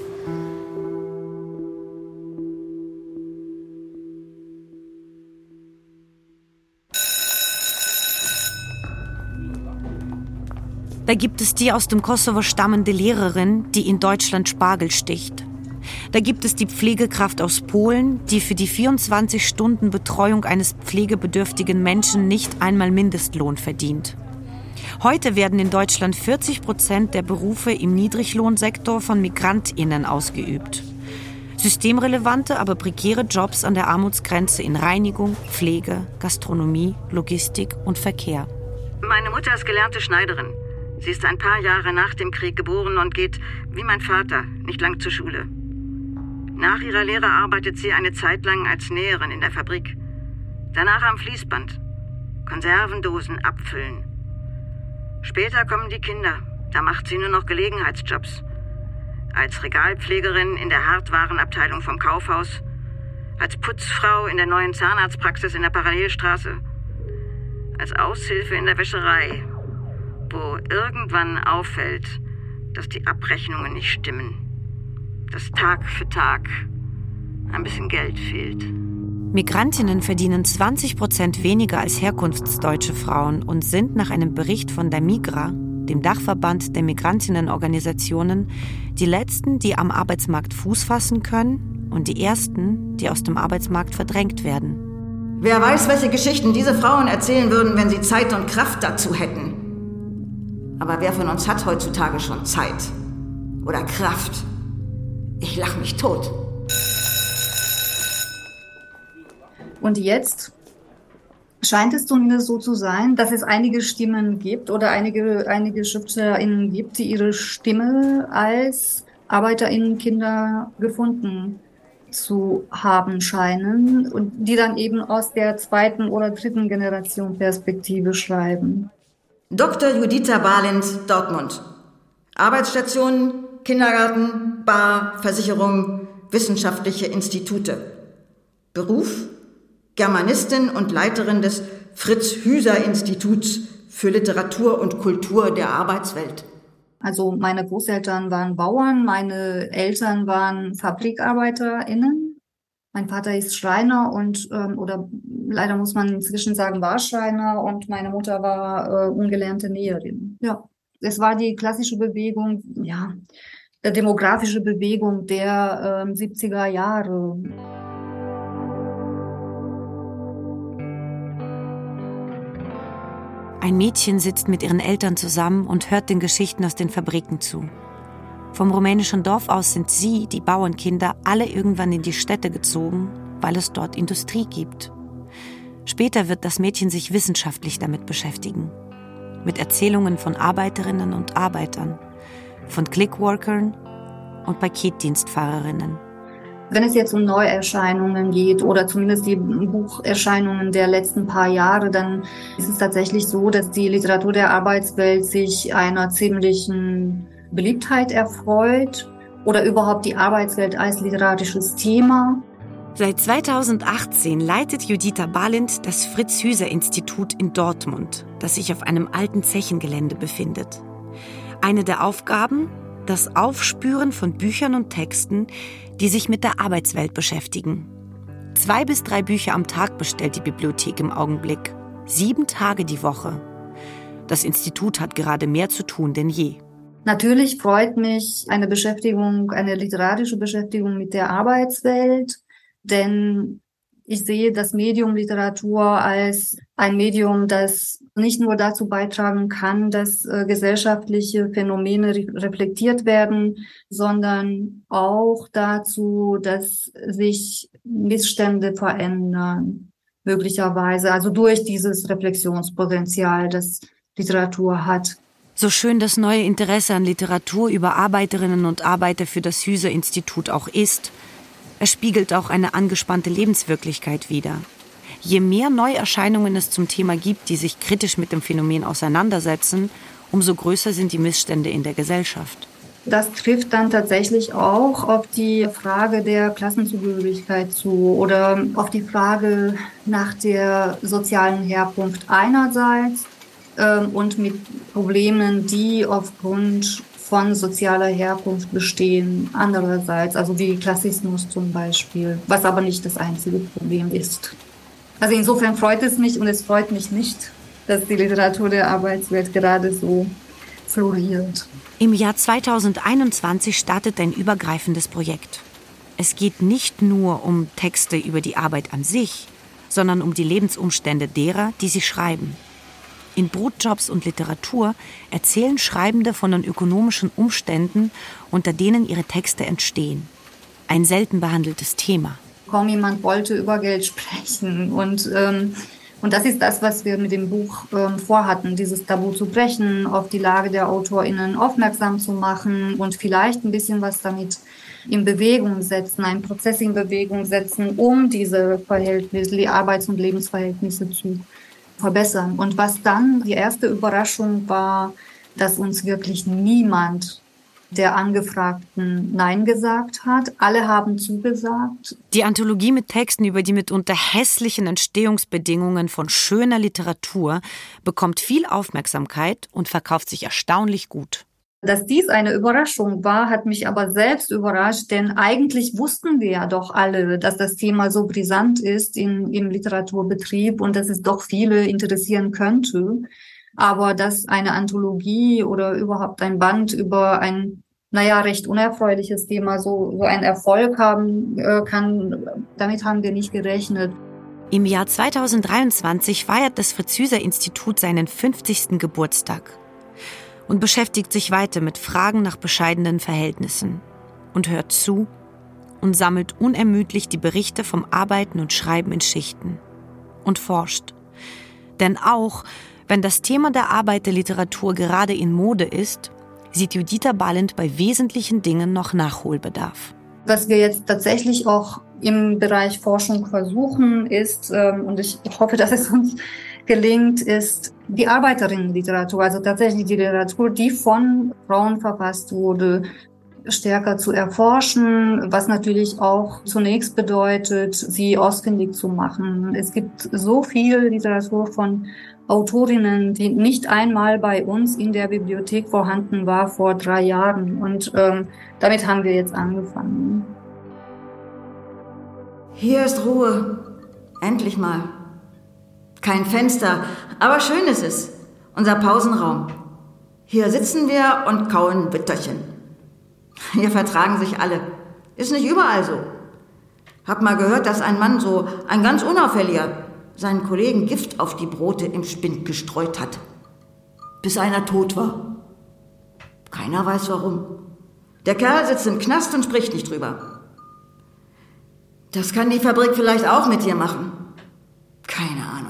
Da gibt es die aus dem Kosovo stammende Lehrerin, die in Deutschland Spargel sticht. Da gibt es die Pflegekraft aus Polen, die für die vierundzwanzig Stunden Betreuung eines pflegebedürftigen Menschen nicht einmal Mindestlohn verdient. Heute werden in Deutschland vierzig Prozent der Berufe im Niedriglohnsektor von MigrantInnen ausgeübt. Systemrelevante, aber prekäre Jobs an der Armutsgrenze in Reinigung, Pflege, Gastronomie, Logistik und Verkehr. Meine Mutter ist gelernte Schneiderin. Sie ist ein paar Jahre nach dem Krieg geboren und geht, wie mein Vater, nicht lang zur Schule. Nach ihrer Lehre arbeitet sie eine Zeit lang als Näherin in der Fabrik. Danach am Fließband. Konservendosen abfüllen. Später kommen die Kinder. Da macht sie nur noch Gelegenheitsjobs. Als Regalpflegerin in der Hartwarenabteilung vom Kaufhaus. Als Putzfrau in der neuen Zahnarztpraxis in der Parallelstraße. Als Aushilfe in der Wäscherei. Wo irgendwann auffällt, dass die Abrechnungen nicht stimmen. Dass Tag für Tag ein bisschen Geld fehlt. Migrantinnen verdienen zwanzig Prozent weniger als herkunftsdeutsche Frauen und sind nach einem Bericht von der Migra, dem Dachverband der Migrantinnenorganisationen, die letzten, die am Arbeitsmarkt Fuß fassen können und die ersten, die aus dem Arbeitsmarkt verdrängt werden. Wer weiß, welche Geschichten diese Frauen erzählen würden, wenn sie Zeit und Kraft dazu hätten. Aber wer von uns hat heutzutage schon Zeit? Oder Kraft? Ich lach mich tot. Und jetzt scheint es zumindest so zu sein, dass es einige Stimmen gibt oder einige, einige SchriftstellerInnen gibt, die ihre Stimme als ArbeiterInnen-Kinder gefunden zu haben scheinen und die dann eben aus der zweiten oder dritten Generation Perspektive schreiben. Doktor Juditha Balint, Dortmund. Arbeitsstationen, Kindergarten, Bar, Versicherung, wissenschaftliche Institute. Beruf? Germanistin und Leiterin des Fritz-Hüser-Instituts für Literatur und Kultur der Arbeitswelt. Also meine Großeltern waren Bauern, meine Eltern waren FabrikarbeiterInnen. Mein Vater ist Schreiner und, ähm, oder leider muss man inzwischen sagen, war Schreiner und meine Mutter war äh, ungelernte Näherin. Ja, es war die klassische Bewegung, ja, der demografische Bewegung der äh, siebziger Jahre. Ein Mädchen sitzt mit ihren Eltern zusammen und hört den Geschichten aus den Fabriken zu. Vom rumänischen Dorf aus sind sie, die Bauernkinder, alle irgendwann in die Städte gezogen, weil es dort Industrie gibt. Später wird das Mädchen sich wissenschaftlich damit beschäftigen. Mit Erzählungen von Arbeiterinnen und Arbeitern, von Clickworkern und Paketdienstfahrerinnen. Wenn es jetzt um Neuerscheinungen geht oder zumindest die Bucherscheinungen der letzten paar Jahre, dann ist es tatsächlich so, dass die Literatur der Arbeitswelt sich einer ziemlichen Beliebtheit erfreut oder überhaupt die Arbeitswelt als literarisches Thema. Seit zweitausendachtzehn leitet Juditha Balint das Fritz-Hüser-Institut in Dortmund, das sich auf einem alten Zechengelände befindet. Eine der Aufgaben? Das Aufspüren von Büchern und Texten, die sich mit der Arbeitswelt beschäftigen. Zwei bis drei Bücher am Tag bestellt die Bibliothek im Augenblick. Sieben Tage die Woche. Das Institut hat gerade mehr zu tun denn je. Natürlich freut mich eine Beschäftigung, eine literarische Beschäftigung mit der Arbeitswelt, denn ich sehe das Medium Literatur als ein Medium, das nicht nur dazu beitragen kann, dass äh, gesellschaftliche Phänomene re- reflektiert werden, sondern auch dazu, dass sich Missstände verändern, möglicherweise, also durch dieses Reflexionspotenzial, das Literatur hat. So schön das neue Interesse an Literatur über Arbeiterinnen und Arbeiter für das Hüser-Institut auch ist, es spiegelt auch eine angespannte Lebenswirklichkeit wider. Je mehr Neuerscheinungen es zum Thema gibt, die sich kritisch mit dem Phänomen auseinandersetzen, umso größer sind die Missstände in der Gesellschaft. Das trifft dann tatsächlich auch auf die Frage der Klassenzugehörigkeit zu oder auf die Frage nach der sozialen Herkunft einerseits ähm, und mit Problemen, die aufgrund von sozialer Herkunft bestehen, andererseits, also wie Klassismus zum Beispiel, was aber nicht das einzige Problem ist. Also insofern freut es mich und es freut mich nicht, dass die Literatur der Arbeitswelt gerade so floriert. Im Jahr zweitausendeinundzwanzig startet ein übergreifendes Projekt. Es geht nicht nur um Texte über die Arbeit an sich, sondern um die Lebensumstände derer, die sie schreiben. In Brotjobs und Literatur erzählen Schreibende von den ökonomischen Umständen, unter denen ihre Texte entstehen. Ein selten behandeltes Thema. Kaum jemand wollte über Geld sprechen. Und, ähm, und das ist das, was wir mit dem Buch ähm, vorhatten, dieses Tabu zu brechen, auf die Lage der AutorInnen aufmerksam zu machen und vielleicht ein bisschen was damit in Bewegung setzen, einen Prozess in Bewegung setzen, um diese Verhältnisse, die Arbeits- und Lebensverhältnisse zu verbessern. Und was dann die erste Überraschung war, dass uns wirklich niemand der Angefragten Nein gesagt hat. Alle haben zugesagt. Die Anthologie mit Texten über die mitunter hässlichen Entstehungsbedingungen von schöner Literatur bekommt viel Aufmerksamkeit und verkauft sich erstaunlich gut. Dass dies eine Überraschung war, hat mich aber selbst überrascht, denn eigentlich wussten wir ja doch alle, dass das Thema so brisant ist in, im Literaturbetrieb und dass es doch viele interessieren könnte. Aber dass eine Anthologie oder überhaupt ein Band über ein, naja, recht unerfreuliches Thema so, so einen Erfolg haben äh, kann, damit haben wir nicht gerechnet. Im Jahr zweitausenddreiundzwanzig feiert das Fritz-Hüser-Institut seinen fünfzigsten Geburtstag und beschäftigt sich weiter mit Fragen nach bescheidenen Verhältnissen und hört zu und sammelt unermüdlich die Berichte vom Arbeiten und Schreiben in Schichten und forscht. Denn auch wenn das Thema der Arbeiterliteratur gerade in Mode ist, sieht Juditha Balint bei wesentlichen Dingen noch Nachholbedarf. Was wir jetzt tatsächlich auch im Bereich Forschung versuchen ist, ähm, und ich hoffe, dass es uns gelingt, ist die Arbeiterinnenliteratur, also tatsächlich die Literatur, die von Frauen verfasst wurde, stärker zu erforschen, was natürlich auch zunächst bedeutet, sie ausfindig zu machen. Es gibt so viel Literatur von Autorinnen, die nicht einmal bei uns in der Bibliothek vorhanden war vor drei Jahren. Und ähm, damit haben wir jetzt angefangen. Hier ist Ruhe. Endlich mal. Kein Fenster, aber schön ist es. Unser Pausenraum. Hier sitzen wir und kauen Bitterchen. Hier vertragen sich alle. Ist nicht überall so. Hab mal gehört, dass ein Mann, so ein ganz unauffälliger, seinen Kollegen Gift auf die Brote im Spind gestreut hat. Bis einer tot war. Keiner weiß warum. Der Kerl sitzt im Knast und spricht nicht drüber. Das kann die Fabrik vielleicht auch mit dir machen. Keine Ahnung.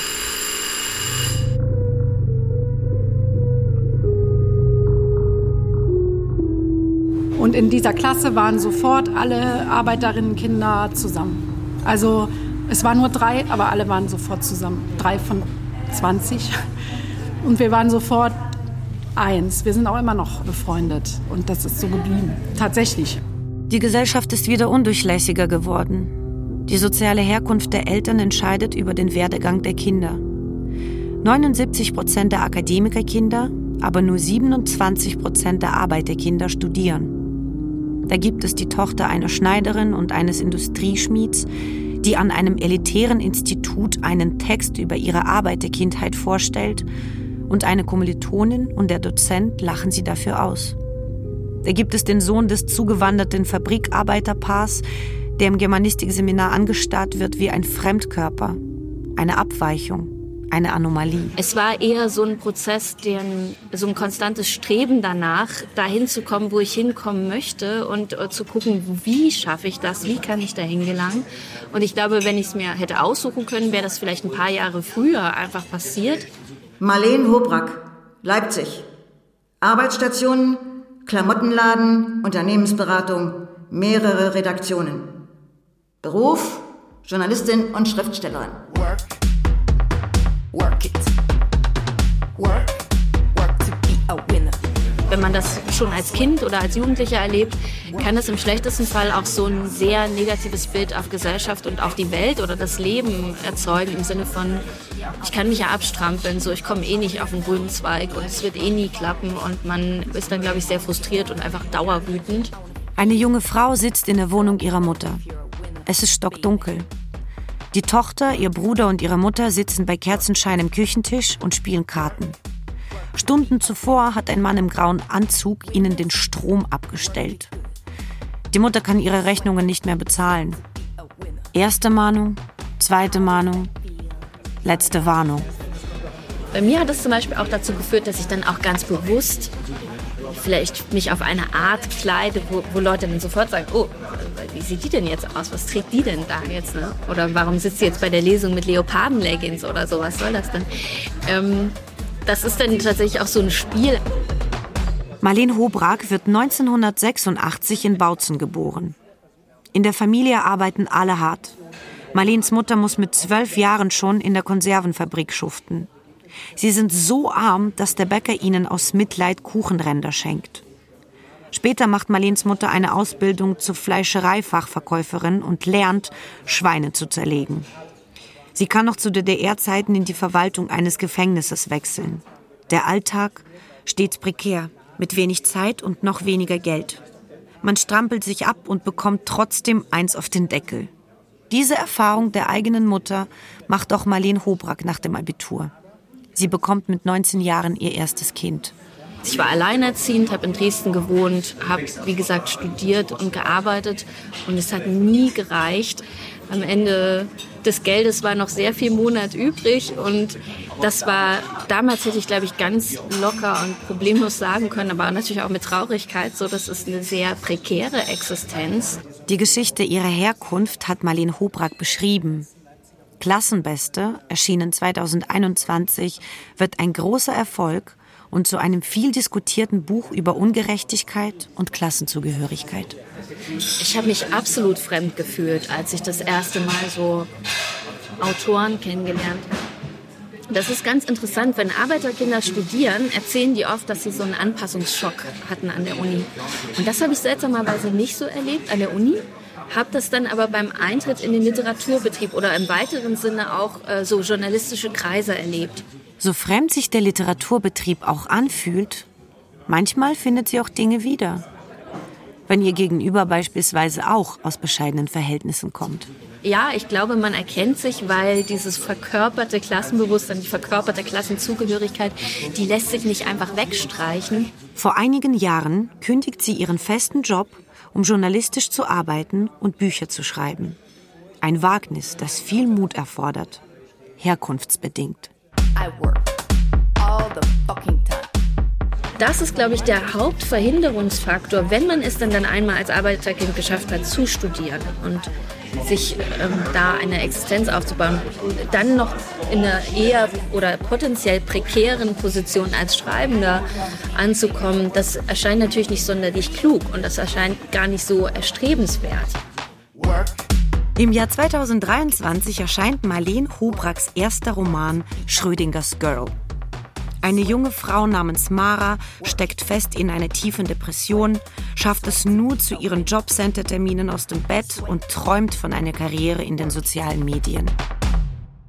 Und in dieser Klasse waren sofort alle Arbeiterinnenkinder zusammen. Also es waren nur drei, aber alle waren sofort zusammen. Drei von zwanzig. Und wir waren sofort eins. Wir sind auch immer noch befreundet. Und das ist so geblieben. Tatsächlich. Die Gesellschaft ist wieder undurchlässiger geworden. Die soziale Herkunft der Eltern entscheidet über den Werdegang der Kinder. neunundsiebzig Prozent der Akademikerkinder, aber nur siebenundzwanzig Prozent der Arbeiterkinder studieren. Da gibt es die Tochter einer Schneiderin und eines Industrieschmieds, die an einem elitären Institut einen Text über ihre Arbeiterkindheit vorstellt, und eine Kommilitonin und der Dozent lachen sie dafür aus. Da gibt es den Sohn des zugewanderten Fabrikarbeiterpaars, der im Germanistik-Seminar angestarrt wird wie ein Fremdkörper, eine Abweichung, eine Anomalie. Es war eher so ein Prozess, den, so ein konstantes Streben danach, dahin zu kommen, wo ich hinkommen möchte und uh, zu gucken, wie schaffe ich das, wie kann ich dahin gelangen. Und ich glaube, wenn ich es mir hätte aussuchen können, wäre das vielleicht ein paar Jahre früher einfach passiert. Marleen Hobrack, Leipzig. Arbeitsstationen, Klamottenladen, Unternehmensberatung, mehrere Redaktionen. Beruf, Journalistin und Schriftstellerin. Work, work it. Work, work to be a winner. Wenn man das schon als Kind oder als Jugendlicher erlebt, kann es im schlechtesten Fall auch so ein sehr negatives Bild auf Gesellschaft und auf die Welt oder das Leben erzeugen, im Sinne von, ich kann mich ja abstrampeln, so ich komme eh nicht auf den grünen Zweig und es wird eh nie klappen und man ist dann, glaube ich, sehr frustriert und einfach dauerwütend. Eine junge Frau sitzt in der Wohnung ihrer Mutter. Es ist stockdunkel. Die Tochter, ihr Bruder und ihre Mutter sitzen bei Kerzenschein am Küchentisch und spielen Karten. Stunden zuvor hat ein Mann im grauen Anzug ihnen den Strom abgestellt. Die Mutter kann ihre Rechnungen nicht mehr bezahlen. Erste Mahnung, zweite Mahnung, letzte Warnung. Bei mir hat es zum Beispiel auch dazu geführt, dass ich dann auch ganz bewusst vielleicht mich auf eine Art kleide, wo, wo Leute dann sofort sagen, oh, wie sieht die denn jetzt aus? Was trägt die denn da jetzt? Ne? Oder warum sitzt sie jetzt bei der Lesung mit Leoparden-Leggings oder so? Was soll das denn? Ähm, das ist dann tatsächlich auch so ein Spiel. Marleen Hobrack wird neunzehnhundertsechsundachtzig in Bautzen geboren. In der Familie arbeiten alle hart. Marleens Mutter muss mit zwölf Jahren schon in der Konservenfabrik schuften. Sie sind so arm, dass der Bäcker ihnen aus Mitleid Kuchenränder schenkt. Später macht Marleens Mutter eine Ausbildung zur Fleischereifachverkäuferin und lernt, Schweine zu zerlegen. Sie kann noch zu D D R-Zeiten in die Verwaltung eines Gefängnisses wechseln. Der Alltag stets prekär, mit wenig Zeit und noch weniger Geld. Man strampelt sich ab und bekommt trotzdem eins auf den Deckel. Diese Erfahrung der eigenen Mutter macht auch Marleen Hobrack nach dem Abitur. Sie bekommt mit neunzehn Jahren ihr erstes Kind. Ich war alleinerziehend, habe in Dresden gewohnt, habe, wie gesagt, studiert und gearbeitet. Und es hat nie gereicht. Am Ende des Geldes war noch sehr viel Monat übrig. Und das war, damals hätte ich, glaube ich, ganz locker und problemlos sagen können, aber natürlich auch mit Traurigkeit, so, das ist eine sehr prekäre Existenz. Die Geschichte ihrer Herkunft hat Marleen Hobrack beschrieben. Klassenbeste, erschienen zweitausendeinundzwanzig, wird ein großer Erfolg und zu einem viel diskutierten Buch über Ungerechtigkeit und Klassenzugehörigkeit. Ich habe mich absolut fremd gefühlt, als ich das erste Mal so Autoren kennengelernt habe. Das ist ganz interessant, wenn Arbeiterkinder studieren, erzählen die oft, dass sie so einen Anpassungsschock hatten an der Uni. Und das habe ich seltsamerweise nicht so erlebt an der Uni. Habe das dann aber beim Eintritt in den Literaturbetrieb oder im weiteren Sinne auch äh, so journalistische Kreise erlebt. So fremd sich der Literaturbetrieb auch anfühlt, manchmal findet sie auch Dinge wieder. Wenn ihr Gegenüber beispielsweise auch aus bescheidenen Verhältnissen kommt. Ja, ich glaube, man erkennt sich, weil dieses verkörperte Klassenbewusstsein, die verkörperte Klassenzugehörigkeit, die lässt sich nicht einfach wegstreichen. Vor einigen Jahren kündigt sie ihren festen Job, um journalistisch zu arbeiten und Bücher zu schreiben. Ein Wagnis, das viel Mut erfordert, herkunftsbedingt. I work all the fucking time. Das ist, glaube ich, der Hauptverhinderungsfaktor, wenn man es dann, dann einmal als Arbeiterkind geschafft hat, zu studieren und sich ähm, da eine Existenz aufzubauen, dann noch in einer eher oder potenziell prekären Position als Schreibender anzukommen, das erscheint natürlich nicht sonderlich klug und das erscheint gar nicht so erstrebenswert. Im Jahr zweitausenddreiundzwanzig erscheint Marleen Hobracks erster Roman Schrödingers Girl. Eine junge Frau namens Mara steckt fest in einer tiefen Depression, schafft es nur zu ihren Jobcenter-Terminen aus dem Bett und träumt von einer Karriere in den sozialen Medien.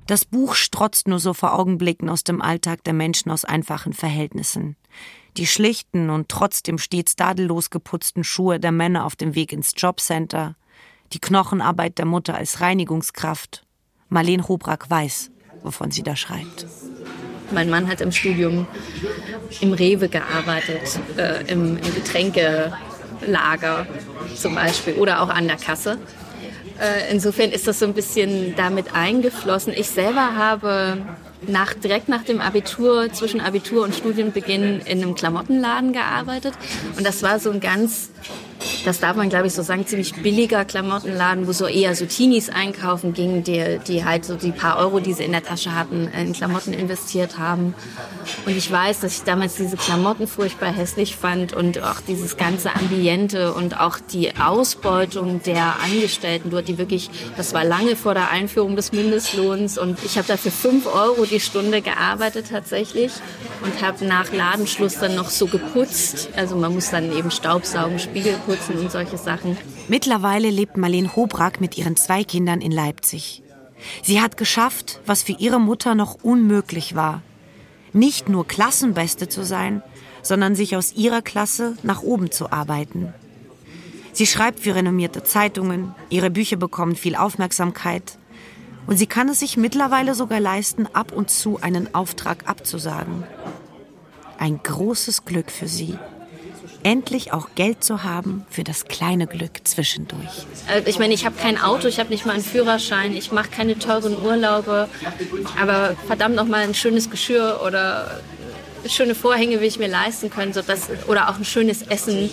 Das Buch strotzt nur so vor Augenblicken aus dem Alltag der Menschen aus einfachen Verhältnissen. Die schlichten und trotzdem stets tadellos geputzten Schuhe der Männer auf dem Weg ins Jobcenter, die Knochenarbeit der Mutter als Reinigungskraft. Marleen Hobrak weiß, wovon sie da schreibt. Mein Mann hat im Studium im Rewe gearbeitet, äh, im, im Getränkelager zum Beispiel oder auch an der Kasse. Äh, insofern ist das so ein bisschen damit eingeflossen. Ich selber habe nach, direkt nach dem Abitur, zwischen Abitur und Studienbeginn in einem Klamottenladen gearbeitet. Und das war so ein ganz, das darf man glaube ich so sagen, ziemlich billiger Klamottenladen, wo so eher so Teenies einkaufen gingen, die, die halt so die paar Euro, die sie in der Tasche hatten, in Klamotten investiert haben. Und ich weiß, dass ich damals diese Klamotten furchtbar hässlich fand und auch dieses ganze Ambiente und auch die Ausbeutung der Angestellten dort, die wirklich, das war lange vor der Einführung des Mindestlohns und ich habe da für fünf Euro die Stunde gearbeitet tatsächlich und habe nach Ladenschluss dann noch so geputzt. Also man muss dann eben Staubsaugen, Spiegel putzen und solche Sachen. Mittlerweile lebt Marleen Hobrak mit ihren zwei Kindern in Leipzig. Sie hat geschafft, was für ihre Mutter noch unmöglich war. Nicht nur Klassenbeste zu sein, sondern sich aus ihrer Klasse nach oben zu arbeiten. Sie schreibt für renommierte Zeitungen, ihre Bücher bekommen viel Aufmerksamkeit. Und sie kann es sich mittlerweile sogar leisten, ab und zu einen Auftrag abzusagen. Ein großes Glück für sie. Endlich auch Geld zu haben für das kleine Glück zwischendurch. Ich meine, ich habe kein Auto, ich habe nicht mal einen Führerschein, ich mache keine teuren Urlaube, aber verdammt noch mal ein schönes Geschirr oder schöne Vorhänge will ich mir leisten können, so dass, oder auch ein schönes Essen.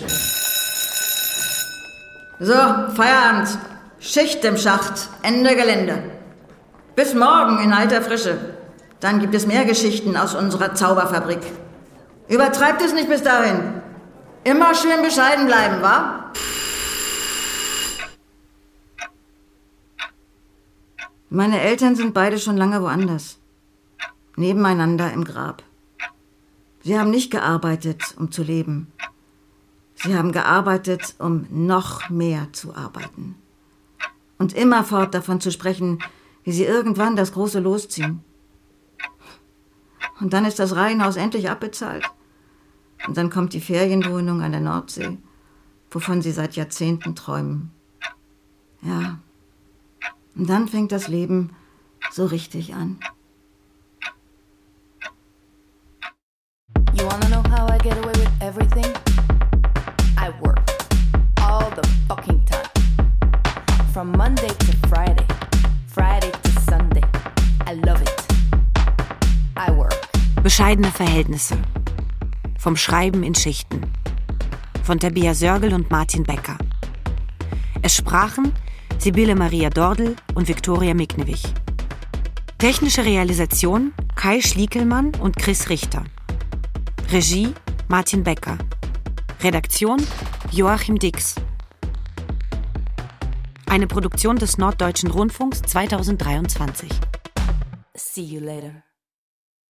So, Feierabend. Schicht im Schacht, Ende Gelände. Bis morgen in alter Frische. Dann gibt es mehr Geschichten aus unserer Zauberfabrik. Übertreibt es nicht bis dahin. Immer schön bescheiden bleiben, wa? Meine Eltern sind beide schon lange woanders. Nebeneinander im Grab. Sie haben nicht gearbeitet, um zu leben. Sie haben gearbeitet, um noch mehr zu arbeiten. Und immerfort davon zu sprechen, wie sie irgendwann das große Los ziehen. Und dann ist das Reihenhaus endlich abbezahlt. Und dann kommt die Ferienwohnung an der Nordsee, wovon sie seit Jahrzehnten träumen. Ja, und dann fängt das Leben so richtig an. You wanna know how I get away with everything? I work all the fucking time. From Monday to Friday, Friday to Sunday. I love it. I work. Bescheidene Verhältnisse. Vom Schreiben in Schichten. Von Tabea Sörgel und Martin Becker. Es sprachen Sibylle Maria Dordel und Viktoria Mignewich. Technische Realisation Kai Schliekelmann und Chris Richter. Regie Martin Becker. Redaktion Joachim Dix. Eine Produktion des Norddeutschen Rundfunks zweitausenddreiundzwanzig. See you later.